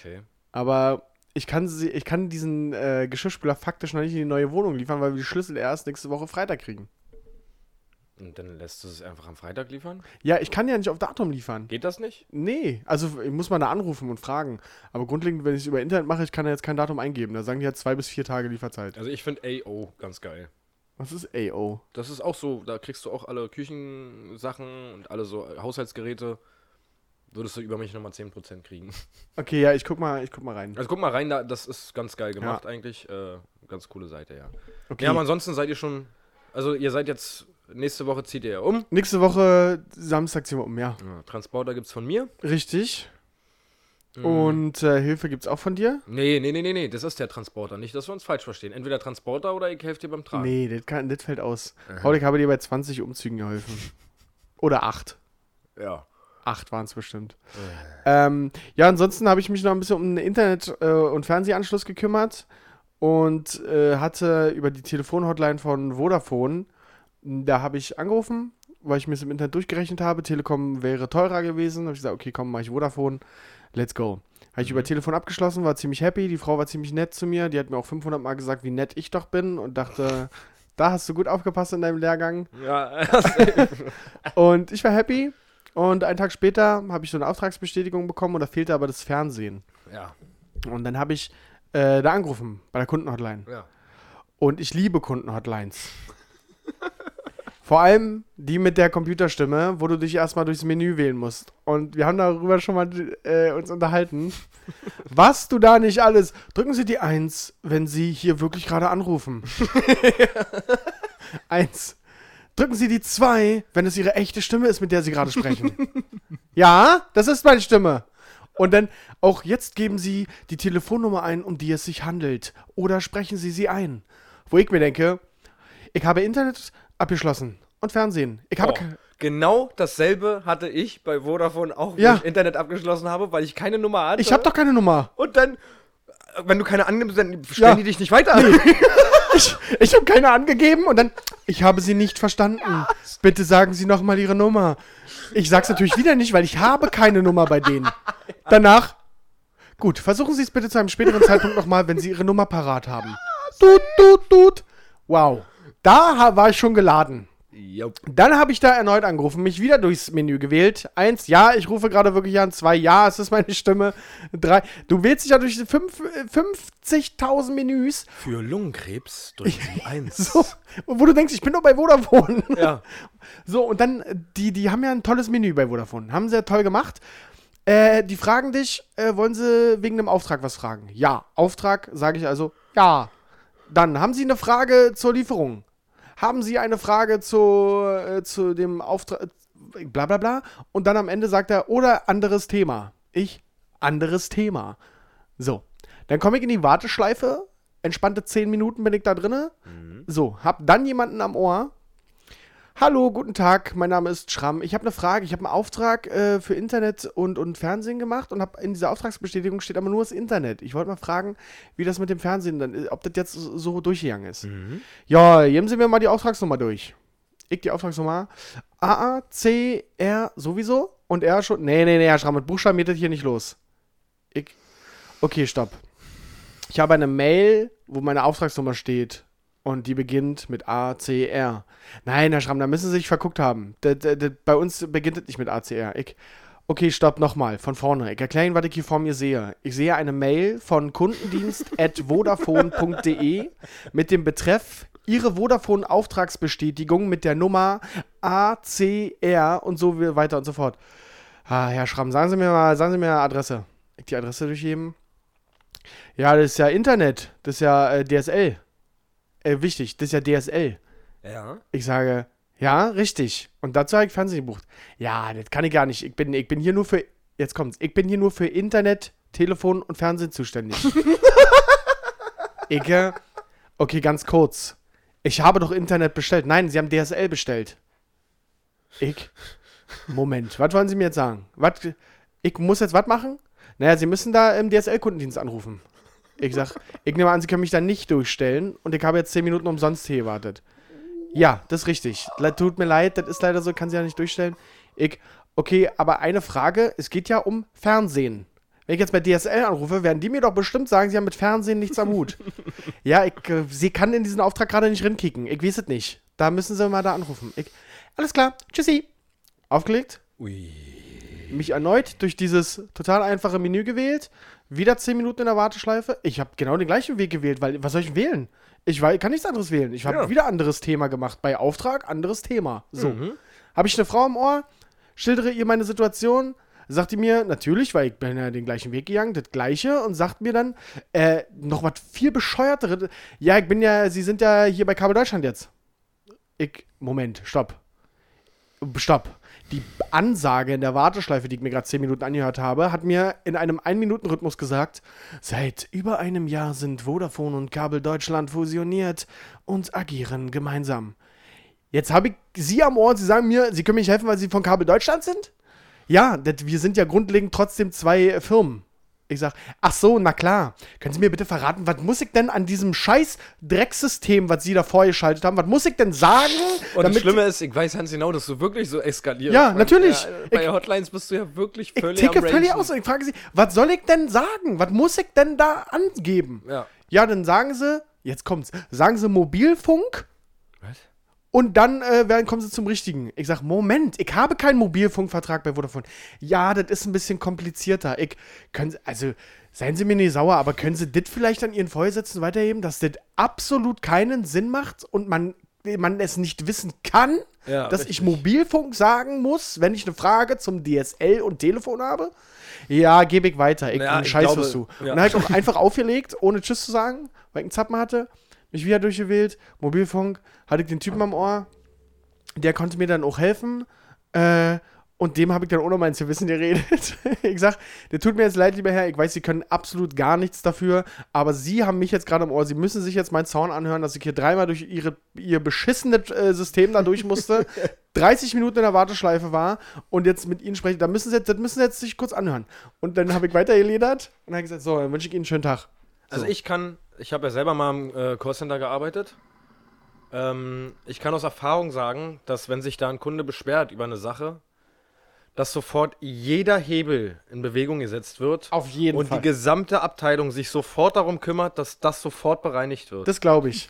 Okay. Aber ich kann, sie, ich kann diesen äh, Geschirrspüler faktisch noch nicht in die neue Wohnung liefern, weil wir die Schlüssel erst nächste Woche Freitag kriegen. Und dann lässt du es einfach am Freitag liefern? Ja, ich kann ja nicht auf Datum liefern. Geht das nicht? Nee, also ich muss mal da anrufen und fragen. Aber grundlegend, wenn ich es über Internet mache, ich kann ja jetzt kein Datum eingeben. Da sagen die ja zwei bis vier Tage Lieferzeit. Also ich finde A O ganz geil. Was ist A O? Das ist auch so, da kriegst du auch alle Küchensachen und alle so Haushaltsgeräte. Würdest du über mich nochmal zehn Prozent kriegen. Okay, ja, ich guck mal, ich guck mal rein. Also guck mal rein, da, das ist ganz geil gemacht ja. eigentlich. Äh, ganz coole Seite, ja. Okay. Ja, aber ansonsten seid ihr schon, also ihr seid jetzt, nächste Woche zieht ihr ja um. Nächste Woche Samstag ziehen wir um, ja. ja Transporter gibt's von mir. Richtig. Mhm. Und äh, Hilfe gibt's auch von dir? Nee, nee, nee, nee, nee, das ist der Transporter. Nicht, dass wir uns falsch verstehen. Entweder Transporter oder ich helfe dir beim Tragen. Nee, das, kann, das fällt aus. Aha. Paul, ich habe dir bei zwanzig Umzügen geholfen. Oder acht. Ja. Acht waren es bestimmt. Ähm, ja, ansonsten habe ich mich noch ein bisschen um den Internet- äh, und Fernsehanschluss gekümmert und äh, hatte über die Telefonhotline von Vodafone, da habe ich angerufen, weil ich mir es im Internet durchgerechnet habe. Telekom wäre teurer gewesen. Da habe ich gesagt, okay, komm, mache ich Vodafone. Let's go. Habe ich Mhm. über Telefon abgeschlossen, war ziemlich happy. Die Frau war ziemlich nett zu mir. Die hat mir auch fünfhundert Mal gesagt, wie nett ich doch bin und dachte, da hast du gut aufgepasst in deinem Lehrgang. Ja, Und ich war happy. Und einen Tag später habe ich so eine Auftragsbestätigung bekommen und da fehlte aber das Fernsehen. ja, Und dann habe ich äh, da angerufen bei der Kundenhotline. ja. Und ich liebe Kundenhotlines. Vor allem die mit der Computerstimme, wo du dich erstmal durchs Menü wählen musst. Und wir haben darüber schon mal äh, uns unterhalten. Was du da nicht alles. Drücken Sie die eins, wenn Sie hier wirklich gerade anrufen. eins. Drücken Sie die zwei, wenn es Ihre echte Stimme ist, mit der Sie gerade sprechen. Ja, das ist meine Stimme. Und dann auch jetzt geben Sie die Telefonnummer ein, um die es sich handelt. Oder sprechen Sie sie ein. Wo ich mir denke, ich habe Internet abgeschlossen und Fernsehen. Ich habe Oh, ke- genau dasselbe hatte ich bei Vodafone auch, wo Ja. ich Internet abgeschlossen habe, weil ich keine Nummer hatte. ich habe doch keine Nummer. Und dann, äh, wenn du keine annimmst, dann stellen Ja. die dich nicht weiter an. Ich, ich habe keine angegeben und dann, ich habe Sie nicht verstanden. Bitte sagen Sie nochmal Ihre Nummer. Ich sag's natürlich wieder nicht, weil ich habe keine Nummer bei denen. Danach, gut, versuchen Sie es bitte zu einem späteren Zeitpunkt nochmal, wenn Sie Ihre Nummer parat haben. Tut, tut, tut. Wow, da ha- war ich schon geladen. Jupp. Dann habe ich da erneut angerufen, mich wieder durchs Menü gewählt. Eins, ja, ich rufe gerade wirklich an. Zwei, ja, es ist meine Stimme. Drei, du wählst dich ja durch die fünf, äh, fünfzigtausend Menüs. Für Lungenkrebs drücken Sie eins. So, wo du denkst, ich bin doch bei Vodafone. Ja. So, und dann, äh, die, die haben ja ein tolles Menü bei Vodafone. Haben sie ja toll gemacht. Äh, die fragen dich, äh, wollen sie wegen einem Auftrag was fragen? Ja. Auftrag, sage ich also, ja. Dann, haben sie eine Frage zur Lieferung? Haben sie eine Frage zu, äh, zu dem Auftrag, äh, bla bla bla. Und dann am Ende sagt er, oder anderes Thema. Ich, anderes Thema. So, dann komme ich in die Warteschleife. Entspannte zehn Minuten bin ich da drinne. So, hab dann jemanden am Ohr. Hallo, guten Tag, mein Name ist Schramm. Ich habe eine Frage. Ich habe einen Auftrag äh, für Internet und, und Fernsehen gemacht und hab in dieser Auftragsbestätigung steht aber nur das Internet. Ich wollte mal fragen, wie das mit dem Fernsehen dann ist, ob das jetzt so so durchgegangen ist. Ja, geben Sie mir mal die Auftragsnummer durch. Ich die Auftragsnummer. A A C R sowieso und er schon. Nee, nee, nee, Herr Schramm, mit Buchstaben geht das hier nicht los. Ich. Okay, stopp. Ich habe eine Mail, wo meine Auftragsnummer steht. Und die beginnt mit A C R. Nein, Herr Schramm, da müssen Sie sich verguckt haben. D -d -d Bei uns beginnt es nicht mit A C R. Ich, okay, stopp, nochmal, von vorne. Ich erkläre Ihnen, was ich hier vor mir sehe. Ich sehe eine Mail von kundendienst at vodafone punkt de mit dem Betreff Ihre Vodafone-Auftragsbestätigung mit der Nummer A C R und so weiter und so fort. Ah, Herr Schramm, sagen Sie mir mal, sagen Sie mir Adresse. Ich die Adresse durchgeben. Ja, das ist ja Internet. Das ist ja äh, D S L. Äh, wichtig, das ist ja D S L. Ja. Ich sage, ja, richtig. Und dazu habe ich Fernsehen gebucht. Ja, das kann ich gar nicht. Ich bin, ich bin hier nur für, jetzt kommt's, ich bin hier nur für Internet, Telefon und Fernsehen zuständig. ich, äh, okay, ganz kurz. Ich habe doch Internet bestellt. Nein, Sie haben D S L bestellt. Ich, Moment, was wollen Sie mir jetzt sagen? Was, ich muss jetzt was machen? Naja, Sie müssen da im D S L-Kundendienst anrufen. Ich sag, ich nehme an, Sie können mich da nicht durchstellen und ich habe jetzt zehn Minuten umsonst hier gewartet. Ja, das ist richtig. Le- Tut mir leid, das ist leider so, kann sie ja nicht durchstellen. Ich, okay, aber eine Frage, es geht ja um Fernsehen. Wenn ich jetzt bei D S L anrufe, werden die mir doch bestimmt sagen, sie haben mit Fernsehen nichts am Hut. Ja, ich, äh, sie kann in diesen Auftrag gerade nicht rinkicken. Ich weiß es nicht. Da müssen sie mal da anrufen. Ich, alles klar, tschüssi. Aufgelegt. Ui. Mich erneut durch dieses total einfache Menü gewählt. Wieder zehn Minuten in der Warteschleife. Ich habe genau den gleichen Weg gewählt, weil, was soll ich wählen? Ich war, kann nichts anderes wählen. Ich habe Ja. wieder anderes Thema gemacht. Bei Auftrag, anderes Thema. So. Mhm. Habe ich eine Frau im Ohr, schildere ihr meine Situation, sagt die mir, natürlich, weil ich bin ja den gleichen Weg gegangen, das Gleiche, und sagt mir dann, äh, noch was viel bescheuerteres. Ja, ich bin ja, Sie sind ja hier bei Kabel Deutschland jetzt. Ich, Moment, stopp. Stopp. Die Ansage in der Warteschleife, die ich mir gerade zehn Minuten angehört habe, hat mir in einem ein-Minuten-Rhythmus gesagt, seit über einem Jahr sind Vodafone und Kabel Deutschland fusioniert und agieren gemeinsam. Jetzt habe ich Sie am Ohr und Sie sagen mir, Sie können mir nicht helfen, weil Sie von Kabel Deutschland sind? Ja, das, wir sind ja grundlegend trotzdem zwei äh, Firmen. Ich sag, ach so, na klar. Können Sie mir bitte verraten, was muss ich denn an diesem scheiß Drecksystem, was Sie da vorgeschaltet haben, was muss ich denn sagen? Und das Schlimme ist, ich weiß ganz genau, dass du wirklich so eskalierst. Ja, Weil, natürlich. Ja, bei Ich- Hotlines bist du ja wirklich Ich völlig ticke am völlig Rangen. aus. Ich frage Sie, was soll ich denn sagen? Was muss ich denn da angeben? Ja. Ja, dann sagen Sie, jetzt kommt's, sagen Sie Mobilfunk Was? und dann äh, werden, kommen Sie zum Richtigen. Ich sag, Moment, ich habe keinen Mobilfunkvertrag bei Vodafone. Ja, das ist ein bisschen komplizierter. Ich, können Sie, also, seien Sie mir nicht sauer, aber können Sie das vielleicht an Ihren Vorgesetzten weitergeben, dass das absolut keinen Sinn macht und man, man es nicht wissen kann, Ja, dass richtig. ich Mobilfunk sagen muss, wenn ich eine Frage zum D S L und Telefon habe? Ja, gebe ich weiter. Ich Ja, einen ich Scheiß glaube, wirst du. ja. Und dann habe ich auch einfach aufgelegt, ohne Tschüss zu sagen, weil ich einen Zappen hatte, mich wieder durchgewählt, Mobilfunk, hatte ich den Typen am Ohr, der konnte mir dann auch helfen, äh, und dem habe ich dann ohne mein zu wissen geredet. Ich sag, der tut mir jetzt leid, lieber Herr, ich weiß, Sie können absolut gar nichts dafür, aber Sie haben mich jetzt gerade im Ohr, Sie müssen sich jetzt meinen Sound anhören, dass ich hier dreimal durch ihre, Ihr beschissenes äh, System da durch musste, dreißig Minuten in der Warteschleife war und jetzt mit Ihnen sprechen, da müssen Sie jetzt, das müssen Sie jetzt sich kurz anhören. Und dann habe ich weitergeledert und habe gesagt, so, dann wünsche ich Ihnen einen schönen Tag. Also So. ich kann, ich habe ja selber mal im äh, Callcenter gearbeitet. Ähm, ich kann aus Erfahrung sagen, dass wenn sich da ein Kunde beschwert über eine Sache, dass sofort jeder Hebel in Bewegung gesetzt wird Auf jeden und Fall. die gesamte Abteilung sich sofort darum kümmert, dass das sofort bereinigt wird. Das glaube ich.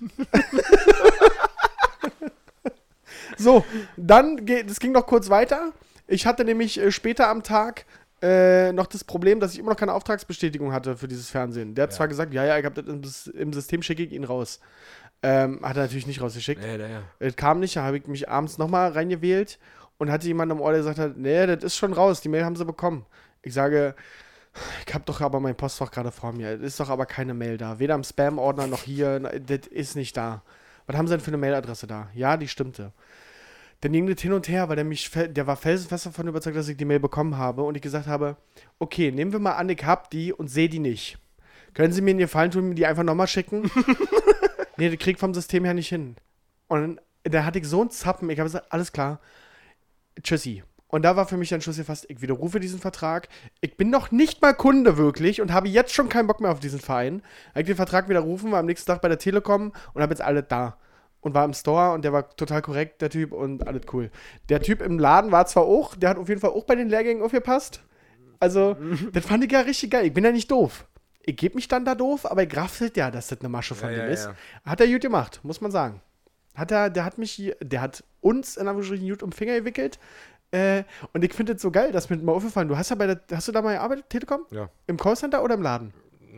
So, dann geht, das ging noch kurz weiter. Ich hatte nämlich äh, später am Tag äh, noch das Problem, dass ich immer noch keine Auftragsbestätigung hatte für dieses Fernsehen. Der hat zwar gesagt, ja, ja, ich habe das im, Sys- im System, schicke ich ihn raus. Ähm, hat er natürlich nicht rausgeschickt. ja, ja, ja. Es kam nicht, da habe ich mich abends nochmal reingewählt und hatte jemand am Ohr, der gesagt hat, nee, das ist schon raus, die Mail haben sie bekommen. Ich sage, ich habe doch aber mein Postfach gerade vor mir, es ist doch aber keine Mail da, weder im Spam-Ordner noch hier, na, das ist nicht da. Was haben sie denn für eine Mailadresse da? Ja, die stimmte. Dann ging das hin und her, weil der mich, fel- der war felsenfest davon überzeugt, dass ich die Mail bekommen habe und ich gesagt habe, okay, nehmen wir mal an, ich hab die und sehe die nicht. Können Sie mir einen Gefallen tun, mir die einfach nochmal schicken? Nee, das krieg ich vom System her nicht hin. Und da hatte ich so einen Zappen, ich habe gesagt, alles klar, tschüssi. Und da war für mich dann Schluss gefasst, ich widerrufe diesen Vertrag. Ich bin noch nicht mal Kunde wirklich und habe jetzt schon keinen Bock mehr auf diesen Verein. Habe ich den Vertrag widerrufen, war am nächsten Tag bei der Telekom und habe jetzt alles da. Und war im Store und der war total korrekt, der Typ, und alles cool. Der Typ im Laden war zwar auch, der hat auf jeden Fall auch bei den Lehrgängen aufgepasst. Also, das fand ich ja richtig geil. Ich bin ja nicht doof. Ich gebe mich dann da doof, aber ich raffelt ja, dass das eine Masche von Ja, dem ja, ist. ja. Hat er gut gemacht, muss man sagen. Hat er, der hat mich, der hat uns in Anführungsstrichen gut um den Finger gewickelt. Äh, und ich finde es so geil, dass mir mal aufgefallen, du hast ja bei der, hast du da mal gearbeitet, Telekom? Ja. Im Callcenter oder im Laden?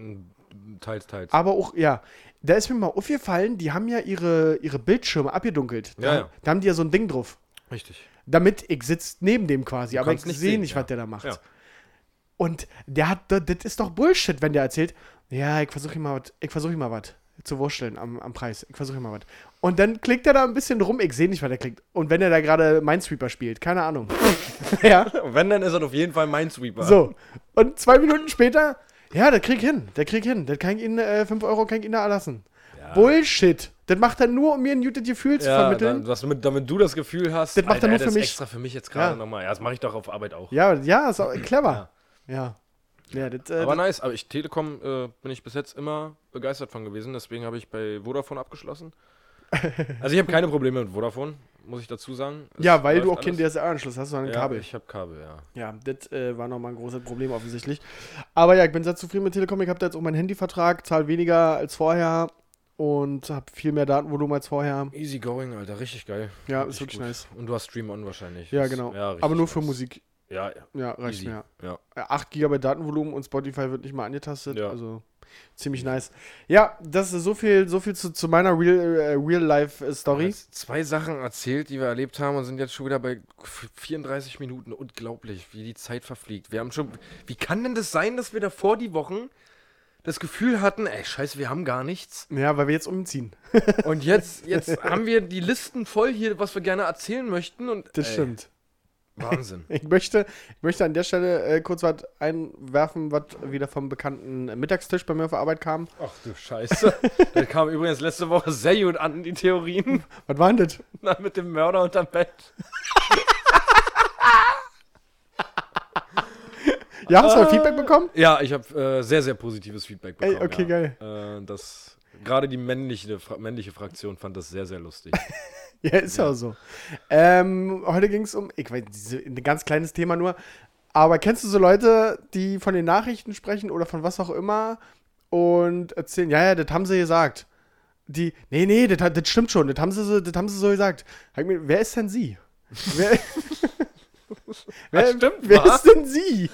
Teils, teils. Aber auch, ja, da ist mir mal aufgefallen, die haben ja ihre, ihre Bildschirme abgedunkelt. Da, Ja, ja. da haben die ja so ein Ding drauf. Richtig. Damit ich sitze neben dem quasi, aber ich kannst nicht sehe sehen, nicht, ja. was der da macht. Ja. Und der hat, das das ist doch Bullshit, wenn der erzählt, ja, ich versuche ihm mal was, ich versuche ihm mal was zu wursteln am, am Preis. Ich versuche ihm mal was. Und dann klickt er da ein bisschen rum, ich sehe nicht, was er klickt. Und wenn er da gerade Minesweeper spielt, keine Ahnung. Ja, Wenn, dann ist er auf jeden Fall Minesweeper. so. Und zwei Minuten später, ja, der krieg ich hin, der krieg ich hin. Der kann ich Ihnen, äh, fünf Euro kann ich Ihnen da erlassen. Bullshit. Das macht er nur, um mir ein gutes Gefühl zu Ja, vermitteln. da, dass, damit, damit du das Gefühl hast, Das macht er nur das für ist mich. extra für mich jetzt gerade Ja. nochmal. Ja, das mache ich doch auf Arbeit auch. Ja, ja, ist auch clever. Ja. Ja, das, äh, Aber das, nice, aber ich Telekom äh, bin ich bis jetzt immer begeistert von gewesen, deswegen habe ich bei Vodafone abgeschlossen. Also ich habe keine Probleme mit Vodafone, muss ich dazu sagen. Es Ja, weil du läuft auch keinen alles. D S L-Anschluss hast, sondern ein Ja, Kabel. ich habe Kabel, ja. Ja, das äh, war nochmal ein großes Problem offensichtlich. Aber ja, ich bin sehr zufrieden mit Telekom. Ich habe da jetzt auch meinen Handyvertrag, zahle weniger als vorher und habe viel mehr Datenvolumen als vorher. Easy going, Alter, richtig geil. Ja, Richtig ist wirklich gut. nice. Und du hast Stream On wahrscheinlich. Ja, Das- genau. Ja, richtig Aber nur für nice. Musik. Ja, ja. Ja, reicht Easy. mir. Ja. Äh, acht Gigabyte Datenvolumen und Spotify wird nicht mal angetastet. Ja. Also ziemlich nice. Ja, das ist so viel, so viel zu, zu meiner Real, äh, Real-Life-Story. Jetzt zwei Sachen erzählt, die wir erlebt haben und sind jetzt schon wieder bei vierunddreißig Minuten. Unglaublich, wie die Zeit verfliegt. Wir haben schon. Wie kann denn das sein, dass wir davor die Wochen das Gefühl hatten, ey, scheiße, wir haben gar nichts. Ja, weil wir jetzt umziehen. Und jetzt, jetzt haben wir die Listen voll hier, was wir gerne erzählen möchten. Und, Das ey, stimmt. Wahnsinn. Ich möchte, ich möchte an der Stelle äh, kurz was einwerfen, was wieder vom bekannten Mittagstisch bei mir auf der Arbeit kam. Ach du Scheiße. Das kam übrigens letzte Woche sehr gut an, die Theorien. Was war denn das? Na, mit dem Mörder unterm Bett. Ja, hast du mal Feedback bekommen? Ja, ich habe äh, sehr, sehr positives Feedback bekommen. Ey, okay, ja. geil. Äh, das, gerade die männliche, Fra männliche Fraktion fand das sehr, sehr lustig. Ja, ist ja auch so. Ähm, heute ging es um, ich weiß, diese- ein ganz kleines Thema nur, aber kennst du so Leute, die von den Nachrichten sprechen oder von was auch immer und erzählen, ja, ja, das haben sie gesagt. Die, nee, nee, das, hat- das stimmt schon, das haben sie so, das haben sie so gesagt. Sag mir, wer ist denn sie? Wer, wer, stimmt, wer wa? ist denn sie?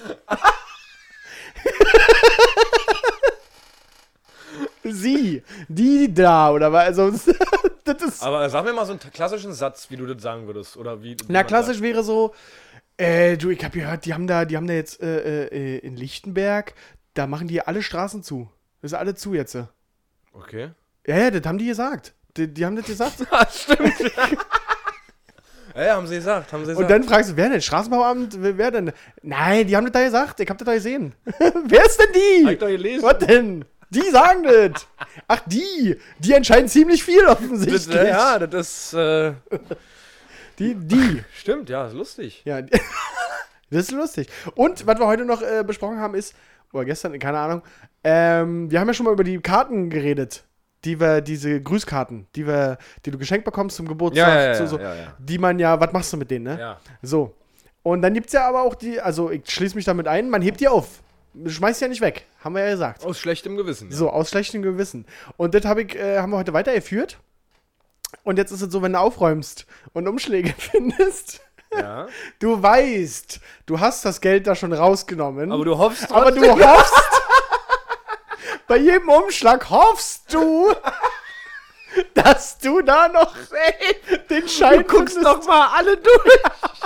Sie, die da, oder was? Also, das ist. Aber sag mir mal so einen klassischen Satz, wie du das sagen würdest. Oder wie, wie Na, man klassisch wäre so, äh, du, ich hab gehört, die haben da, die haben da jetzt äh, äh, in Lichtenberg, da machen die alle Straßen zu. Das ist alle zu jetzt. sagt. Okay. Ja, ja, das haben die gesagt. Die, die haben das gesagt. Ah, stimmt. ja, ja, haben sie gesagt, haben sie gesagt. Und dann fragst du, wer denn? Straßenbauamt? Wer, wer denn? Nein, die haben das da gesagt. Ich hab das da gesehen. Wer ist denn Hab ich die? doch gelesen. Was denn? Die sagen das. Ach, die. Die entscheiden ziemlich viel Das, offensichtlich. ja, das ist, äh, Die, die. stimmt, ja, ist lustig. Ja, das ist lustig. Und was wir heute noch äh, besprochen haben ist, oder gestern, keine Ahnung, ähm, wir haben ja schon mal über die Karten geredet, die wir, diese Grüßkarten, die wir, die du geschenkt bekommst zum Geburtstag, Ja, ja, ja, so, so, ja, ja. die man ja, was machst du mit denen, ne? Ja. So. Und dann gibt's ja aber auch die, also ich schließe mich damit ein, man hebt die auf. Schmeißt die ja nicht weg, haben wir ja gesagt. Aus schlechtem Gewissen. Ja. So, aus schlechtem Gewissen. Und das hab ich, äh, haben wir heute weitergeführt. Und jetzt ist es so, wenn du aufräumst und Umschläge findest, Ja. du weißt, du hast das Geld da schon rausgenommen. Aber du hoffst aber du hoffst, bei jedem Umschlag hoffst du, dass du da noch den Schein Du guckst findest. doch mal alle durch.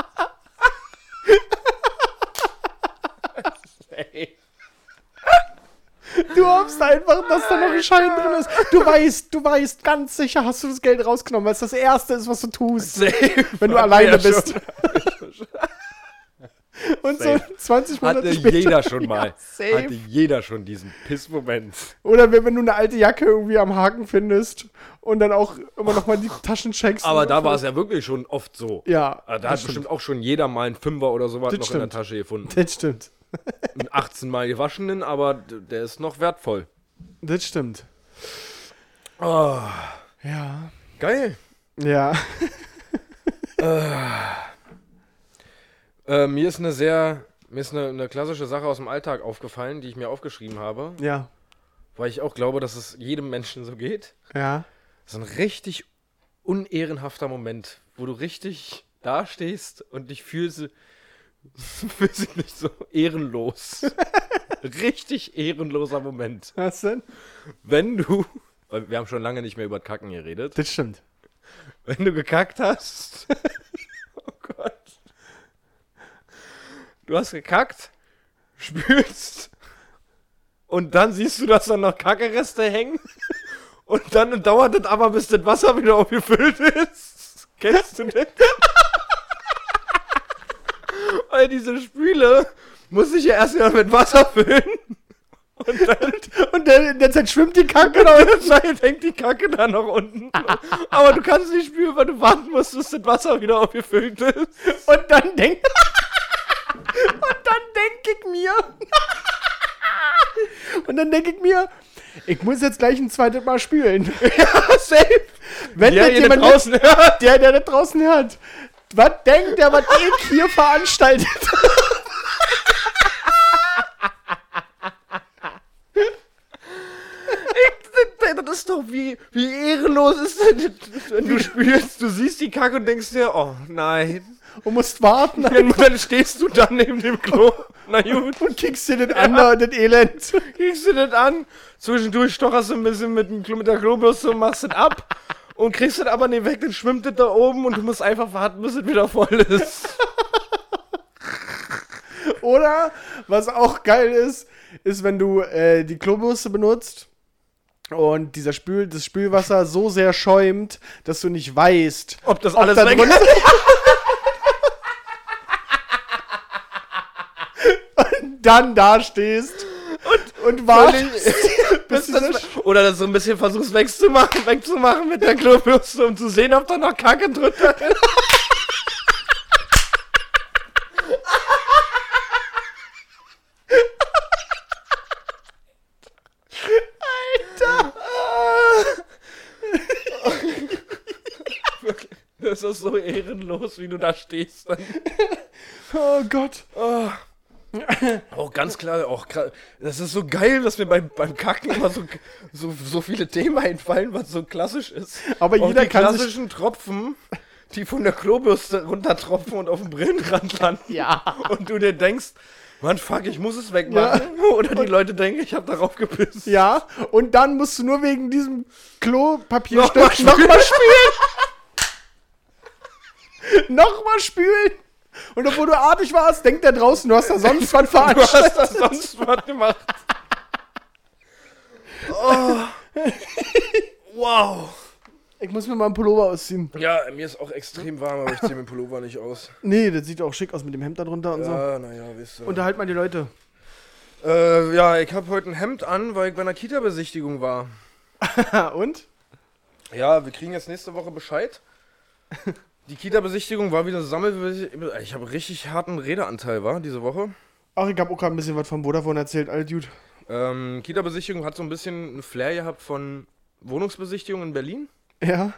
Du hoffst einfach, dass da noch ein Schein drin ist. Du weißt, du weißt, ganz sicher hast du das Geld rausgenommen, weil es das Erste ist, was du tust, wenn du alleine ja bist. Und so zwanzig Monate Hatte später. jeder schon mal. safe. Hatte jeder schon diesen Pissmoment. Oder wenn, wenn du eine alte Jacke irgendwie am Haken findest und dann auch immer noch mal die Taschen checkst. Aber und da so. war es ja wirklich schon oft so. Ja, Da hat das bestimmt stimmt. auch schon jeder mal einen Fünfer oder sowas Das noch in der stimmt. Tasche gefunden. Das stimmt. Einen achtzehn Mal gewaschenen, aber d- der ist noch wertvoll. Das stimmt. Oh, Ja. geil. Ja. Äh, mir ist eine sehr, mir ist eine, eine klassische Sache aus dem Alltag aufgefallen, die ich mir aufgeschrieben habe, Ja. weil ich auch glaube, dass es jedem Menschen so geht. Ja. Das ist ein richtig unehrenhafter Moment, wo du richtig dastehst und dich fühlst, fühlst dich nicht so ehrenlos. Richtig ehrenloser Moment. Was denn? Wenn du, weil wir haben schon lange nicht mehr über Kacken geredet, Das stimmt. wenn du gekackt hast, oh Gott, du hast gekackt, spülst und dann siehst du, dass da noch Kackereste hängen und dann dauert das aber, bis das Wasser wieder aufgefüllt ist. Kennst du das? Weil diese Spüle muss sich ja erstmal mit Wasser füllen. Und dann, Und der, in der Zeit schwimmt die Kacke genau, da in der Zeit hängt die Kacke da noch unten. Aber du kannst nicht spüren, weil du warten musst, bis das Wasser wieder aufgefüllt ist. Und dann denk. Und dann denk ich mir. Und dann denk ich mir, ich muss jetzt gleich ein zweites Mal spülen. Ja, safe. Wenn Der das hier jemand nicht draußen hört, der, der das draußen hört, was denkt der, was ich hier veranstaltet? Das ist doch wie, wie ehrenlos ist denn, wenn du spielst, du siehst die Kacke und denkst dir, oh nein. Und musst warten Dann, dann stehst du dann neben dem Klo. Na gut. und kickst dir das an, das Elend. Kriegst du das an, zwischendurch stocherst du ein bisschen mit, dem Klo, mit der Klobürste und machst das ab und kriegst das aber nicht weg, dann schwimmt das da oben und du musst einfach warten, bis es wieder voll ist. Oder, was auch geil ist, ist, wenn du äh, die Klobürste benutzt und dieser Spül, das Spülwasser so sehr schäumt, dass du nicht weißt, Ob das ob alles da weg drin ist. und dann da stehst und, und wartest. Bis das, oder das so ein bisschen versuchst wegzumachen, wegzumachen mit der Klobürste, um zu sehen, ob da noch Kacke drunter ist. Das ist so ehrenlos, wie du da stehst. Oh Gott. Oh. Auch ganz klar, auch gra- das ist so geil, dass mir beim, beim Kacken immer so, so, so viele Themen einfallen, was so klassisch ist. Aber auch jeder die kann sich- klassischen Tropfen, die von der Klobürste runtertropfen und auf dem Brillenrand landen. Ja. Und du dir denkst, Mann, fuck, ich muss es wegmachen. Oder die Leute denken, ich habe darauf gepisst. Ja, und dann musst du nur wegen diesem Klopapierstück Nochmal nochmal spülen. Nochmal spülen. Und obwohl du artig warst, denkt der draußen, du hast da sonst was Du hast veranstaltet. das sonst was gemacht. Oh. Wow. Ich muss mir mal einen Pullover ausziehen. Ja, mir ist auch extrem warm, aber ich ziehe mir den Pullover nicht aus. Nee, das sieht auch schick aus mit dem Hemd da drunter und Ja, naja, wisst ihr. so. Unterhalt mal die Leute. Äh, ja, ich habe heute ein Hemd an, weil ich bei einer Kita-Besichtigung war. Und? Ja, wir kriegen jetzt nächste Woche Bescheid. Die Kita-Besichtigung war wieder Sammelbesichtigung. Ich habe richtig harten Redeanteil, war diese Woche. Ach, ich hab auch gerade ein bisschen was von Vodafone erzählt, alles gut. Ähm, Kita-Besichtigung hat so ein bisschen einen Flair gehabt von Wohnungsbesichtigung in Berlin. Ja.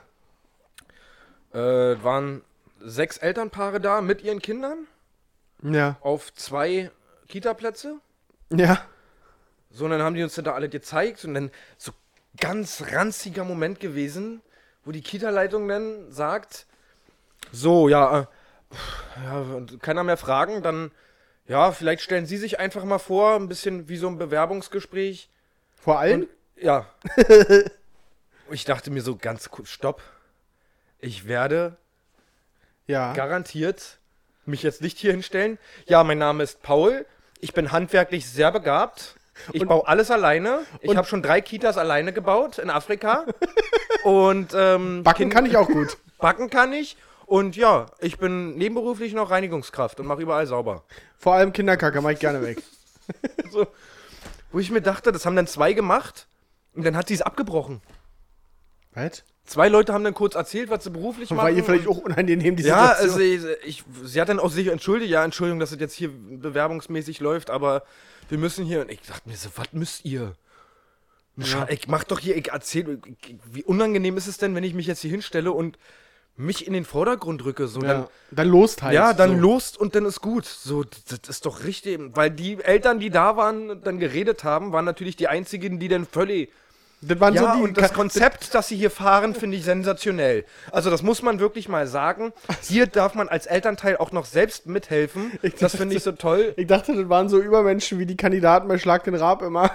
Äh, waren sechs Elternpaare da mit ihren Kindern Ja. auf zwei Kita-Plätze. Ja. So, und dann haben die uns da alle gezeigt und dann so ganz ranziger Moment gewesen, wo die Kita-Leitung dann sagt, so, ja, äh, ja, und keiner mehr fragen, dann, ja, vielleicht stellen Sie sich einfach mal vor, ein bisschen wie so ein Bewerbungsgespräch. Vor allem? Und, ja. Ich dachte mir so ganz kurz, stopp. Ich werde Ja. garantiert mich jetzt nicht hier hinstellen. Ja, mein Name ist Paul. Ich bin handwerklich sehr begabt. Ich Und- baue alles alleine. Ich und- habe schon drei Kitas alleine gebaut in Afrika. Und ähm, Backen Kind- kann ich auch gut. Backen kann ich. Und ja, ich bin nebenberuflich noch Reinigungskraft und mache überall sauber. Vor allem Kinderkacke, mach ich gerne weg. So, wo ich mir dachte, das haben dann zwei gemacht und dann hat sie es abgebrochen. Was? Zwei Leute haben dann kurz erzählt, was sie beruflich machen. War ihr vielleicht und- auch unangenehm, die Ja, Situation? also ich, ich, sie hat dann auch sich entschuldigt, ja, Entschuldigung, dass es jetzt hier bewerbungsmäßig läuft, aber wir müssen hier, und ich dachte mir so, was müsst ihr? Ja. Ich mach doch hier, ich erzähl, ich- wie unangenehm ist es denn, wenn ich mich jetzt hier hinstelle und mich in den Vordergrund rücke, so, ja. dann, Dann lost halt. ja, dann so. lost und dann ist gut, so, das ist doch richtig, weil die Eltern, die da waren, dann geredet haben, waren natürlich die einzigen, die dann völlig. Das waren Ja, so die und das Konzept, das sie hier fahren, finde ich sensationell. Also das muss man wirklich mal sagen. Hier darf man als Elternteil auch noch selbst mithelfen. Das finde ich so toll. Ich dachte, das waren so Übermenschen wie die Kandidaten bei Schlag den Raab immer.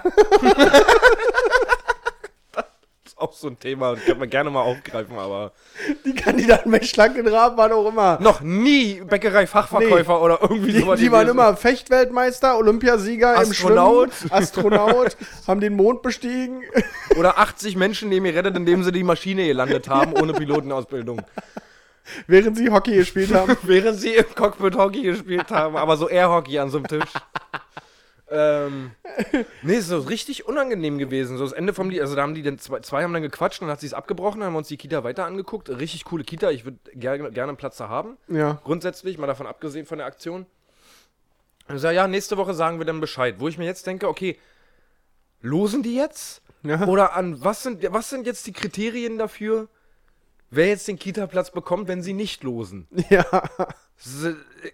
Das ist auch so ein Thema, das kann man gerne mal aufgreifen, aber Die Kandidaten bei Schlag den Raab waren auch immer. noch nie Bäckerei-Fachverkäufer oder irgendwie Die, sowas die waren gewesen. immer Fechtweltmeister, Olympiasieger Astronaut. im Schwimmen, Astronaut, haben den Mond bestiegen. Oder achtzig Menschen neben ihr rettet, indem sie die Maschine gelandet haben, ohne Pilotenausbildung. Während sie Hockey gespielt haben. Während sie im Cockpit Hockey gespielt haben, aber so Air-Hockey an so einem Tisch. ähm, nee, ist so richtig unangenehm gewesen. So das Ende vom Lied, also da haben die dann zwei, zwei haben dann gequatscht und dann hat sie es abgebrochen, dann haben wir uns die Kita weiter angeguckt. Richtig coole Kita, ich würde gerne, gerne einen Platz da haben. Ja. Grundsätzlich, mal davon abgesehen von der Aktion. Und ich sag, ja, nächste Woche sagen wir dann Bescheid. Wo ich mir jetzt denke, okay, losen die jetzt? Ja. Oder an was sind, was sind jetzt die Kriterien dafür, wer jetzt den Kita-Platz bekommt, wenn sie nicht losen. Ja, S-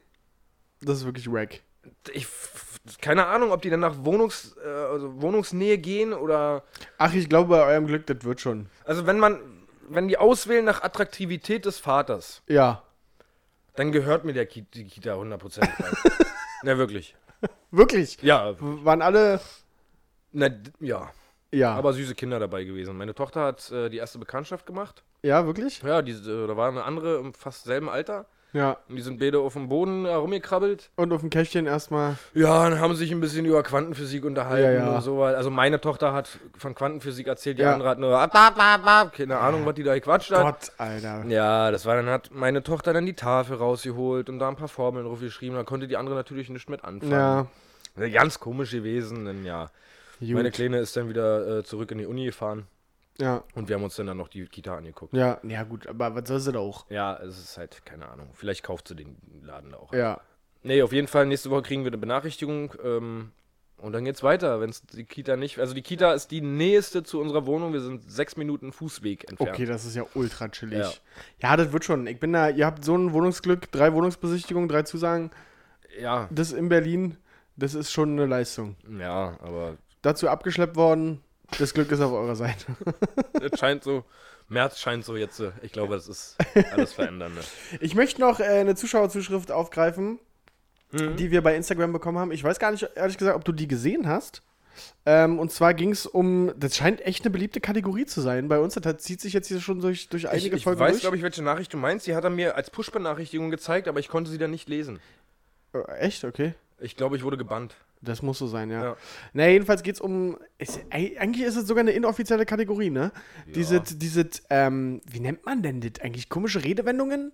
das ist wirklich wack. Ich, keine Ahnung, ob die dann nach Wohnungs, äh, also Wohnungsnähe gehen oder. Ach, ich glaube, bei eurem Glück, das wird schon. Also wenn man, wenn die auswählen nach Attraktivität des Vaters, Ja. dann gehört mir der Ki die Kita hundertprozentig. Na wirklich. Wirklich? Ja, W- Waren alle. na, d- ja. Ja. Aber süße Kinder dabei gewesen. Meine Tochter hat äh, die erste Bekanntschaft gemacht. ja, wirklich? Ja, die, äh, da war eine andere im fast selben Alter. Ja. Und die sind beide auf dem Boden herumgekrabbelt. Und auf dem Kästchen erstmal. Ja, und haben sich ein bisschen über Quantenphysik unterhalten Ja, ja. und so weiter. Also meine Tochter hat von Quantenphysik erzählt, die Ja. andere hat nur ab, ab, ab, ab. Keine Ahnung, was die da gequatscht hat. Gott, Alter. Ja, das war dann, hat meine Tochter dann die Tafel rausgeholt und da ein paar Formeln drauf geschrieben. Da konnte die andere natürlich nicht mit anfangen. Ja. Ganz komisch gewesen, denn ja. Gut. Meine Kleine ist dann wieder äh, zurück in die Uni gefahren Ja. und wir haben uns dann, dann noch die Kita angeguckt. Ja, ja, gut, aber was soll sie da auch? Ja, es ist halt, keine Ahnung. Vielleicht kauft sie den Laden da auch. Ja. Nee, auf jeden Fall, nächste Woche kriegen wir eine Benachrichtigung ähm, und dann geht's weiter, wenn es die Kita nicht... Also die Kita ist die nächste zu unserer Wohnung, wir sind sechs Minuten Fußweg entfernt. Okay, das ist ja ultra chillig. Ja. Ja. das wird schon. Ich bin da, ihr habt so ein Wohnungsglück, drei Wohnungsbesichtigungen, drei Zusagen. Ja, Das in Berlin, das ist schon eine Leistung. ja, aber Dazu abgeschleppt worden, das Glück ist auf eurer Seite. es scheint so... März scheint so jetzt, äh, ich glaube, das ist alles verändern. Ne? Ich möchte noch äh, eine Zuschauerzuschrift aufgreifen, Mhm. die wir bei Instagram bekommen haben. Ich weiß gar nicht, ehrlich gesagt, ob du die gesehen hast. Ähm, und zwar ging es um, das scheint echt eine beliebte Kategorie zu sein bei uns. Das zieht sich jetzt hier schon durch, durch Ich, einige ich Folgen weiß, durch. glaube ich, welche Nachricht du meinst. Die hat er mir als Push-Benachrichtigung gezeigt, aber ich konnte sie dann nicht lesen. Äh, echt? Okay. Ich glaube, ich wurde gebannt. Das muss so sein, ja. Ja. Na, jedenfalls geht es um. Ist, eig- eigentlich ist es sogar eine inoffizielle Kategorie, ne? Ja. Diese, diese, ähm, wie nennt man denn das eigentlich? Komische Redewendungen?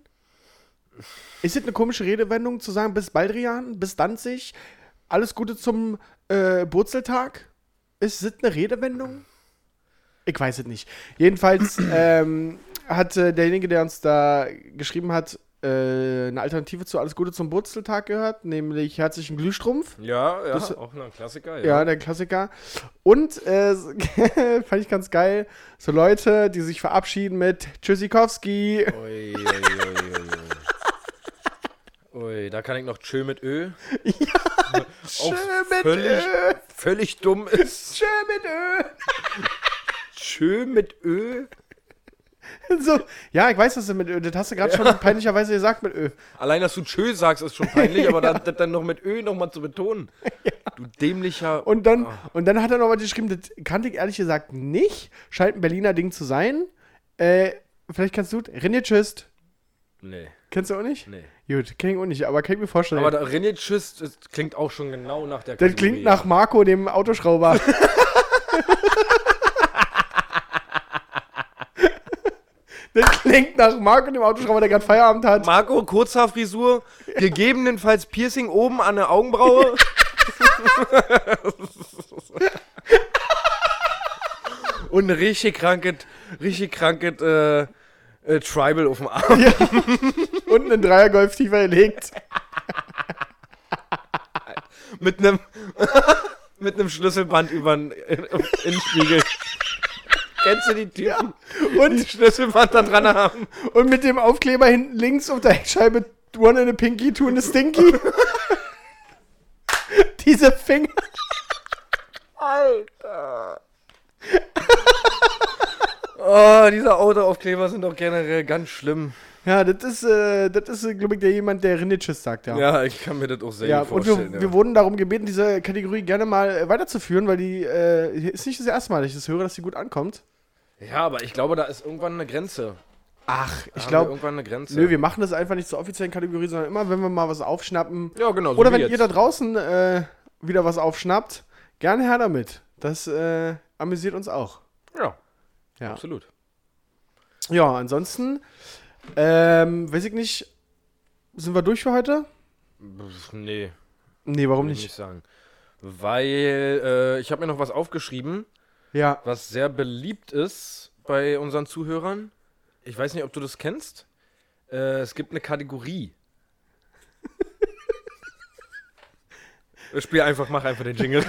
Ist es eine komische Redewendung zu sagen, bis Baldrian, bis Danzig, alles Gute zum äh, Burzeltag? Ist es eine Redewendung? Ich weiß es nicht. Jedenfalls ähm, hat äh, derjenige, der uns da geschrieben hat, äh, eine Alternative zu Alles Gute zum Burzeltag gehört, nämlich herzlichen Glühstrumpf. Ja, ja, Das- auch ein Klassiker. Ja, der Klassiker. Und äh, fand ich ganz geil, so Leute, die sich verabschieden mit Tschüssikowski. Ui, ui, ui, ui, ui. Ui, da kann ich noch Tschö mit Ö. Ja, Tschö mit völlig, Ö. völlig dumm ist. Tschö mit Ö. Tschö mit Ö. So, ja, ich weiß, dass du mit Ö, das hast du gerade schon peinlicherweise gesagt mit Ö. Allein, dass du Tschö sagst, ist schon peinlich, aber dann, das dann noch mit Ö nochmal zu betonen. Du dämlicher... Und dann, Ah. und dann hat er noch mal geschrieben, das kannte ich ehrlich gesagt nicht, scheint ein Berliner Ding zu sein. Äh, vielleicht kannst du, Rinje tschüsst. Nee, Kennst du auch nicht? nee. Gut, kenn ich auch nicht, aber kann ich mir vorstellen. Aber da, René Tschüss, das klingt auch schon genau nach der das klingt nach Marco, dem Autoschrauber. Das klingt nach Marco, dem Autoschrauber, der gerade Feierabend hat. Marco, Kurzhaarfrisur, gegebenenfalls Piercing oben an der Augenbraue. Und eine richtig krankes, richtig krankes äh, äh, Tribal auf dem Arm. Unten in Dreiergolf tiefer gelegt. Mit einem mit einem Schlüsselband über den Innenspiegel. Kennst du die Typen, die Und, Schlüsselband da dran haben? und mit dem Aufkleber hinten links auf der Heckscheibe One in a Pinky, two in a Stinky. Diese Finger. Alter. Oh, diese Autoaufkleber sind doch generell ganz schlimm. Ja, das ist, äh, das ist, äh, glaube ich, der jemand, der Rinitschis sagt, ja. Ja, ich kann mir das auch sehr Ja, gut und wir, vorstellen. wir ja. wurden darum gebeten, diese Kategorie gerne mal äh, weiterzuführen, weil die äh, ist nicht das erste Mal, dass ich das höre, dass die gut ankommt. ja, aber ich glaube, da ist irgendwann eine Grenze. Ach, Da ich haben wir glaube, irgendwann eine Grenze. nö, wir machen das einfach nicht zur offiziellen Kategorie, sondern immer, wenn wir mal was aufschnappen. ja, genau. So Oder wie wenn jetzt. ihr da draußen äh, wieder was aufschnappt, gerne her damit. Das äh, amüsiert uns auch. Ja, Ja, absolut. ja ansonsten, ähm, weiß ich nicht, sind wir durch für heute? Pff, Nee, Nee, warum will ich nicht? nicht sagen. Weil äh, ich habe mir noch was aufgeschrieben, Ja, was sehr beliebt ist bei unseren Zuhörern. Ich weiß nicht, ob du das kennst. Äh, es gibt eine Kategorie. Spiel einfach, mach einfach den Jingle.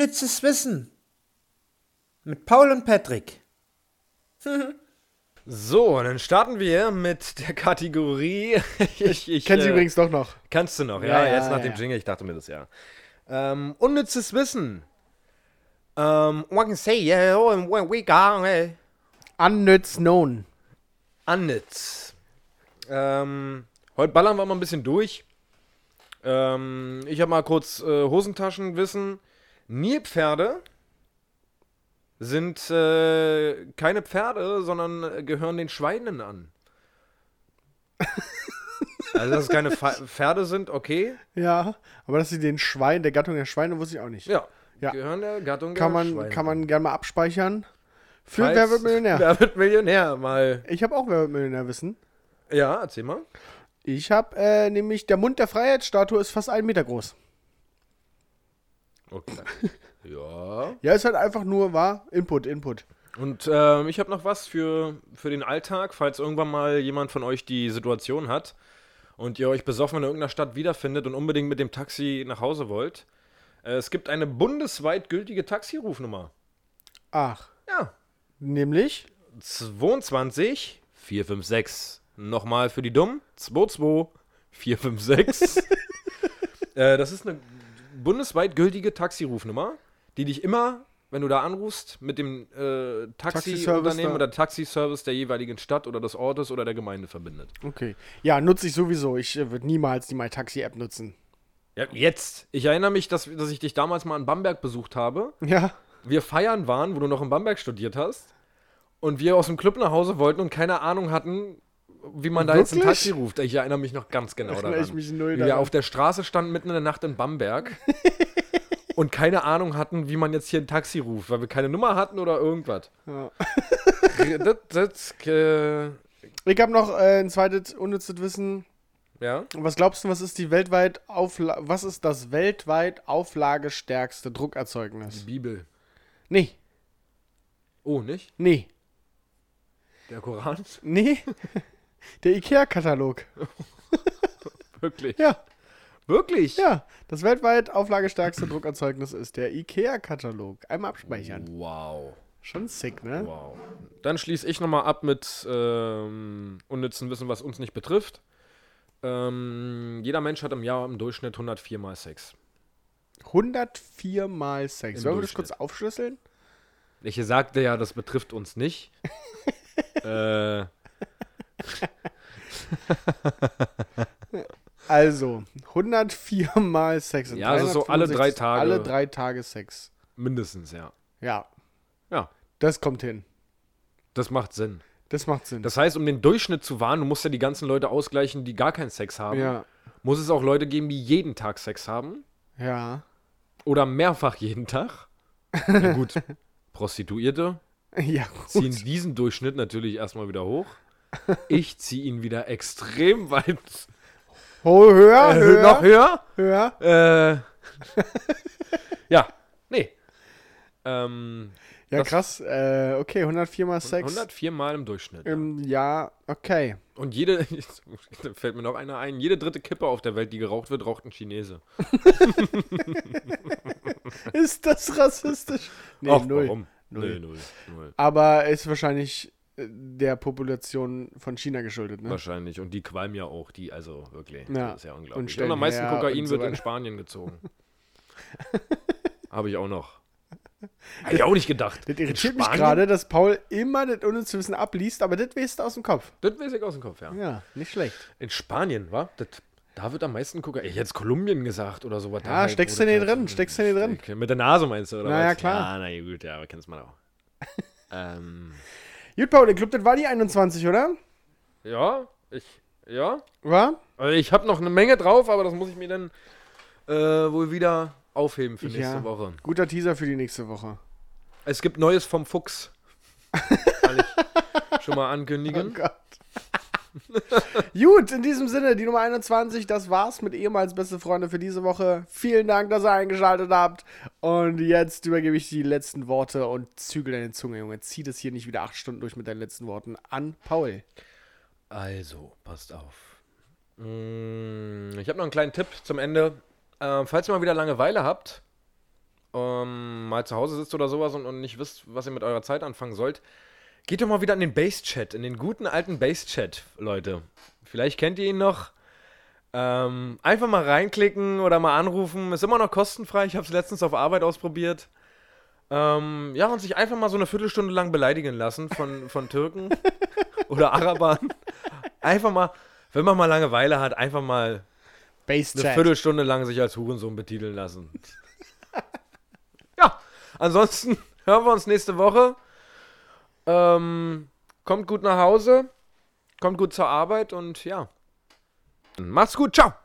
Unnützes Wissen. Mit Paul und Patrick. So, dann starten wir mit der Kategorie. ich ich Kennen Sie äh, übrigens doch noch. Kannst du noch, Ja, ja, ja, jetzt nach ja, dem ja. Jingle, ich dachte mir das ja. Ähm, unnützes Wissen. Ähm, One can say, yeah, oh, and when we gone, eh. Unnütz known. Annitz. Ähm, heute ballern wir mal ein bisschen durch. Ähm, ich habe mal kurz äh, Hosentaschenwissen. Nilpferde sind äh, keine Pferde, sondern äh, gehören den Schweinen an. Also, dass es keine Fa- Pferde sind, okay. Ja, aber dass sie den Schwein, der Gattung der Schweine, wusste ich auch nicht. Ja, Ja. gehören der Gattung Kann der man, Schweine kann an. man gerne mal abspeichern. Für Falls- Wer wird Millionär? Wer wird Millionär? Mal. Ich habe auch Wer wird Millionär wissen. Ja, erzähl mal. Ich habe äh, nämlich, der Mund der Freiheitsstatue ist fast einen Meter groß. Okay. Ja. Ja, ist halt einfach nur, war Input, Input. Und ähm, ich habe noch was für, für den Alltag, falls irgendwann mal jemand von euch die Situation hat und ihr euch besoffen in irgendeiner Stadt wiederfindet und unbedingt mit dem Taxi nach Hause wollt. Äh, es gibt eine bundesweit gültige Taxirufnummer. Ach, Ja. nämlich? zweiundzwanzig vier fünf sechs. Nochmal für die Dummen. zweiundzwanzig vier fünf sechs. äh, das ist eine bundesweit gültige Taxirufnummer, die dich immer, wenn du da anrufst, mit dem äh, Taxiservice Taxiunternehmen da- oder Taxiservice der jeweiligen Stadt oder des Ortes oder der Gemeinde verbindet. Okay. Ja, nutze ich sowieso. Ich äh, würde niemals die MyTaxi-App nutzen. Ja, jetzt. Ich erinnere mich, dass, dass ich dich damals mal in Bamberg besucht habe. Ja. Wir feiern waren, wo du noch in Bamberg studiert hast. Und wir aus dem Club nach Hause wollten und keine Ahnung hatten, wie man da jetzt ein Wirklich? Taxi ruft. Ich erinnere mich noch ganz genau Erinnere daran. ich mich null wie wir daran. auf der Straße standen mitten in der Nacht in Bamberg und keine Ahnung hatten, wie man jetzt hier ein Taxi ruft, weil wir keine Nummer hatten oder irgendwas. Ja. das, das, äh, Ich habe noch äh, ein zweites unnützes Wissen. ja. Was glaubst du, was ist die weltweit Aufla was ist das weltweit auflagestärkste Druckerzeugnis? Bibel. Nee, Oh, nicht? nee, Der Koran? nee. Der Ikea-Katalog. Wirklich? Ja, Wirklich? ja. Das weltweit auflagestärkste Druckerzeugnis ist der Ikea-Katalog. Einmal abspeichern. Wow. Schon sick, ne? Wow. Dann schließe ich nochmal ab mit ähm, unnützen Wissen, was uns nicht betrifft. Ähm, jeder Mensch hat im Jahr im Durchschnitt hundertvier Mal Sex. hundertvier mal Sex. Im Sollen wir das Durchschnitt. kurz aufschlüsseln? Ich sagte ja, das betrifft uns nicht. äh, Also, hundertvier mal Sex. sind Ja, also so alle drei dreihundertfünfundsechzig Tage. Alle drei Tage Sex. mindestens, ja. Ja, Ja, das kommt hin. das macht Sinn. Das macht Sinn. Das heißt, um den Durchschnitt zu wahren, du musst ja die ganzen Leute ausgleichen, die gar keinen Sex haben. ja, Muss es auch Leute geben, die jeden Tag Sex haben. ja. Oder mehrfach jeden Tag. Na gut, Prostituierte Ja, ziehen gut. diesen Durchschnitt natürlich erstmal wieder hoch. Ich ziehe ihn wieder extrem weit Ho, höher, äh, höher, noch höher. höher. Äh, ja, nee. Ähm, Ja, das- krass. Äh, okay, hundertvier mal Sex hundertvier Mal im Durchschnitt. Ja. im Jahr. Okay. Und jede, da fällt mir noch einer ein, jede dritte Kippe auf der Welt, die geraucht wird, raucht ein Chinese. Ist das rassistisch? Nee, Ach, null. warum? Null. Null, null, null. Aber ist wahrscheinlich äh, der Population von China geschuldet, ne? Wahrscheinlich. Und die qualmen ja auch, die, also wirklich. Ja. Das ist ja Und unglaublich. Und, stellen am meisten her Kokain und so wird in weiter. Spanien gezogen. Habe ich auch noch. Hätte ich auch nicht gedacht. Das In irritiert mich Spanien? gerade, dass Paul immer das unnütze Wissen abliest, aber das weißt du aus dem Kopf. Das weiß ich aus dem Kopf, ja. Ja, nicht schlecht. In Spanien, wa? Das, da wird am meisten Kokain. Ich hätte jetzt Kolumbien gesagt oder sowas. Ja, Da steckst wo du das nicht halt- drin, steckst du nicht drin. Okay, mit der Nase meinst du, oder Na was? ja, klar. Ja, na gut, ja, aber kennst man auch. ähm, Gut, Paul, ich glaube, das war die einundzwanzig, oder? ja, ich, ja. War? Also ich habe noch eine Menge drauf, aber das muss ich mir dann äh, wohl wieder aufheben für nächste Ja. Woche. Guter Teaser für die nächste Woche. Es gibt Neues vom Fuchs. Kann ich schon mal Oh ankündigen. Gott. Gut, in diesem Sinne, die Nummer einundzwanzig, das war's mit ehemals beste Freunde für diese Woche. Vielen Dank, dass ihr eingeschaltet habt. Und jetzt übergebe ich die letzten Worte und zügel deine Zunge, Junge. Zieh das hier nicht wieder acht Stunden durch mit deinen letzten Worten an Paul. Also, passt auf. Mm, Ich habe noch einen kleinen Tipp zum Ende. Ähm, falls ihr mal wieder Langeweile habt ähm, mal zu Hause sitzt oder sowas und, und nicht wisst, was ihr mit eurer Zeit anfangen sollt, geht doch mal wieder in den Base-Chat, in den guten alten Base-Chat, Leute. Vielleicht kennt ihr ihn noch. Ähm, einfach mal reinklicken oder mal anrufen. Ist immer noch kostenfrei. Ich habe es letztens auf Arbeit ausprobiert. Ähm, ja, und sich einfach mal so eine Viertelstunde lang beleidigen lassen von, von Türken oder Arabern. Einfach mal, wenn man mal Langeweile hat, einfach mal Base eine Chat. Viertelstunde lang sich als Hurensohn betiteln lassen. Ja, ansonsten hören wir uns nächste Woche. Ähm, kommt gut nach Hause, kommt gut zur Arbeit und ja. Macht's gut, ciao!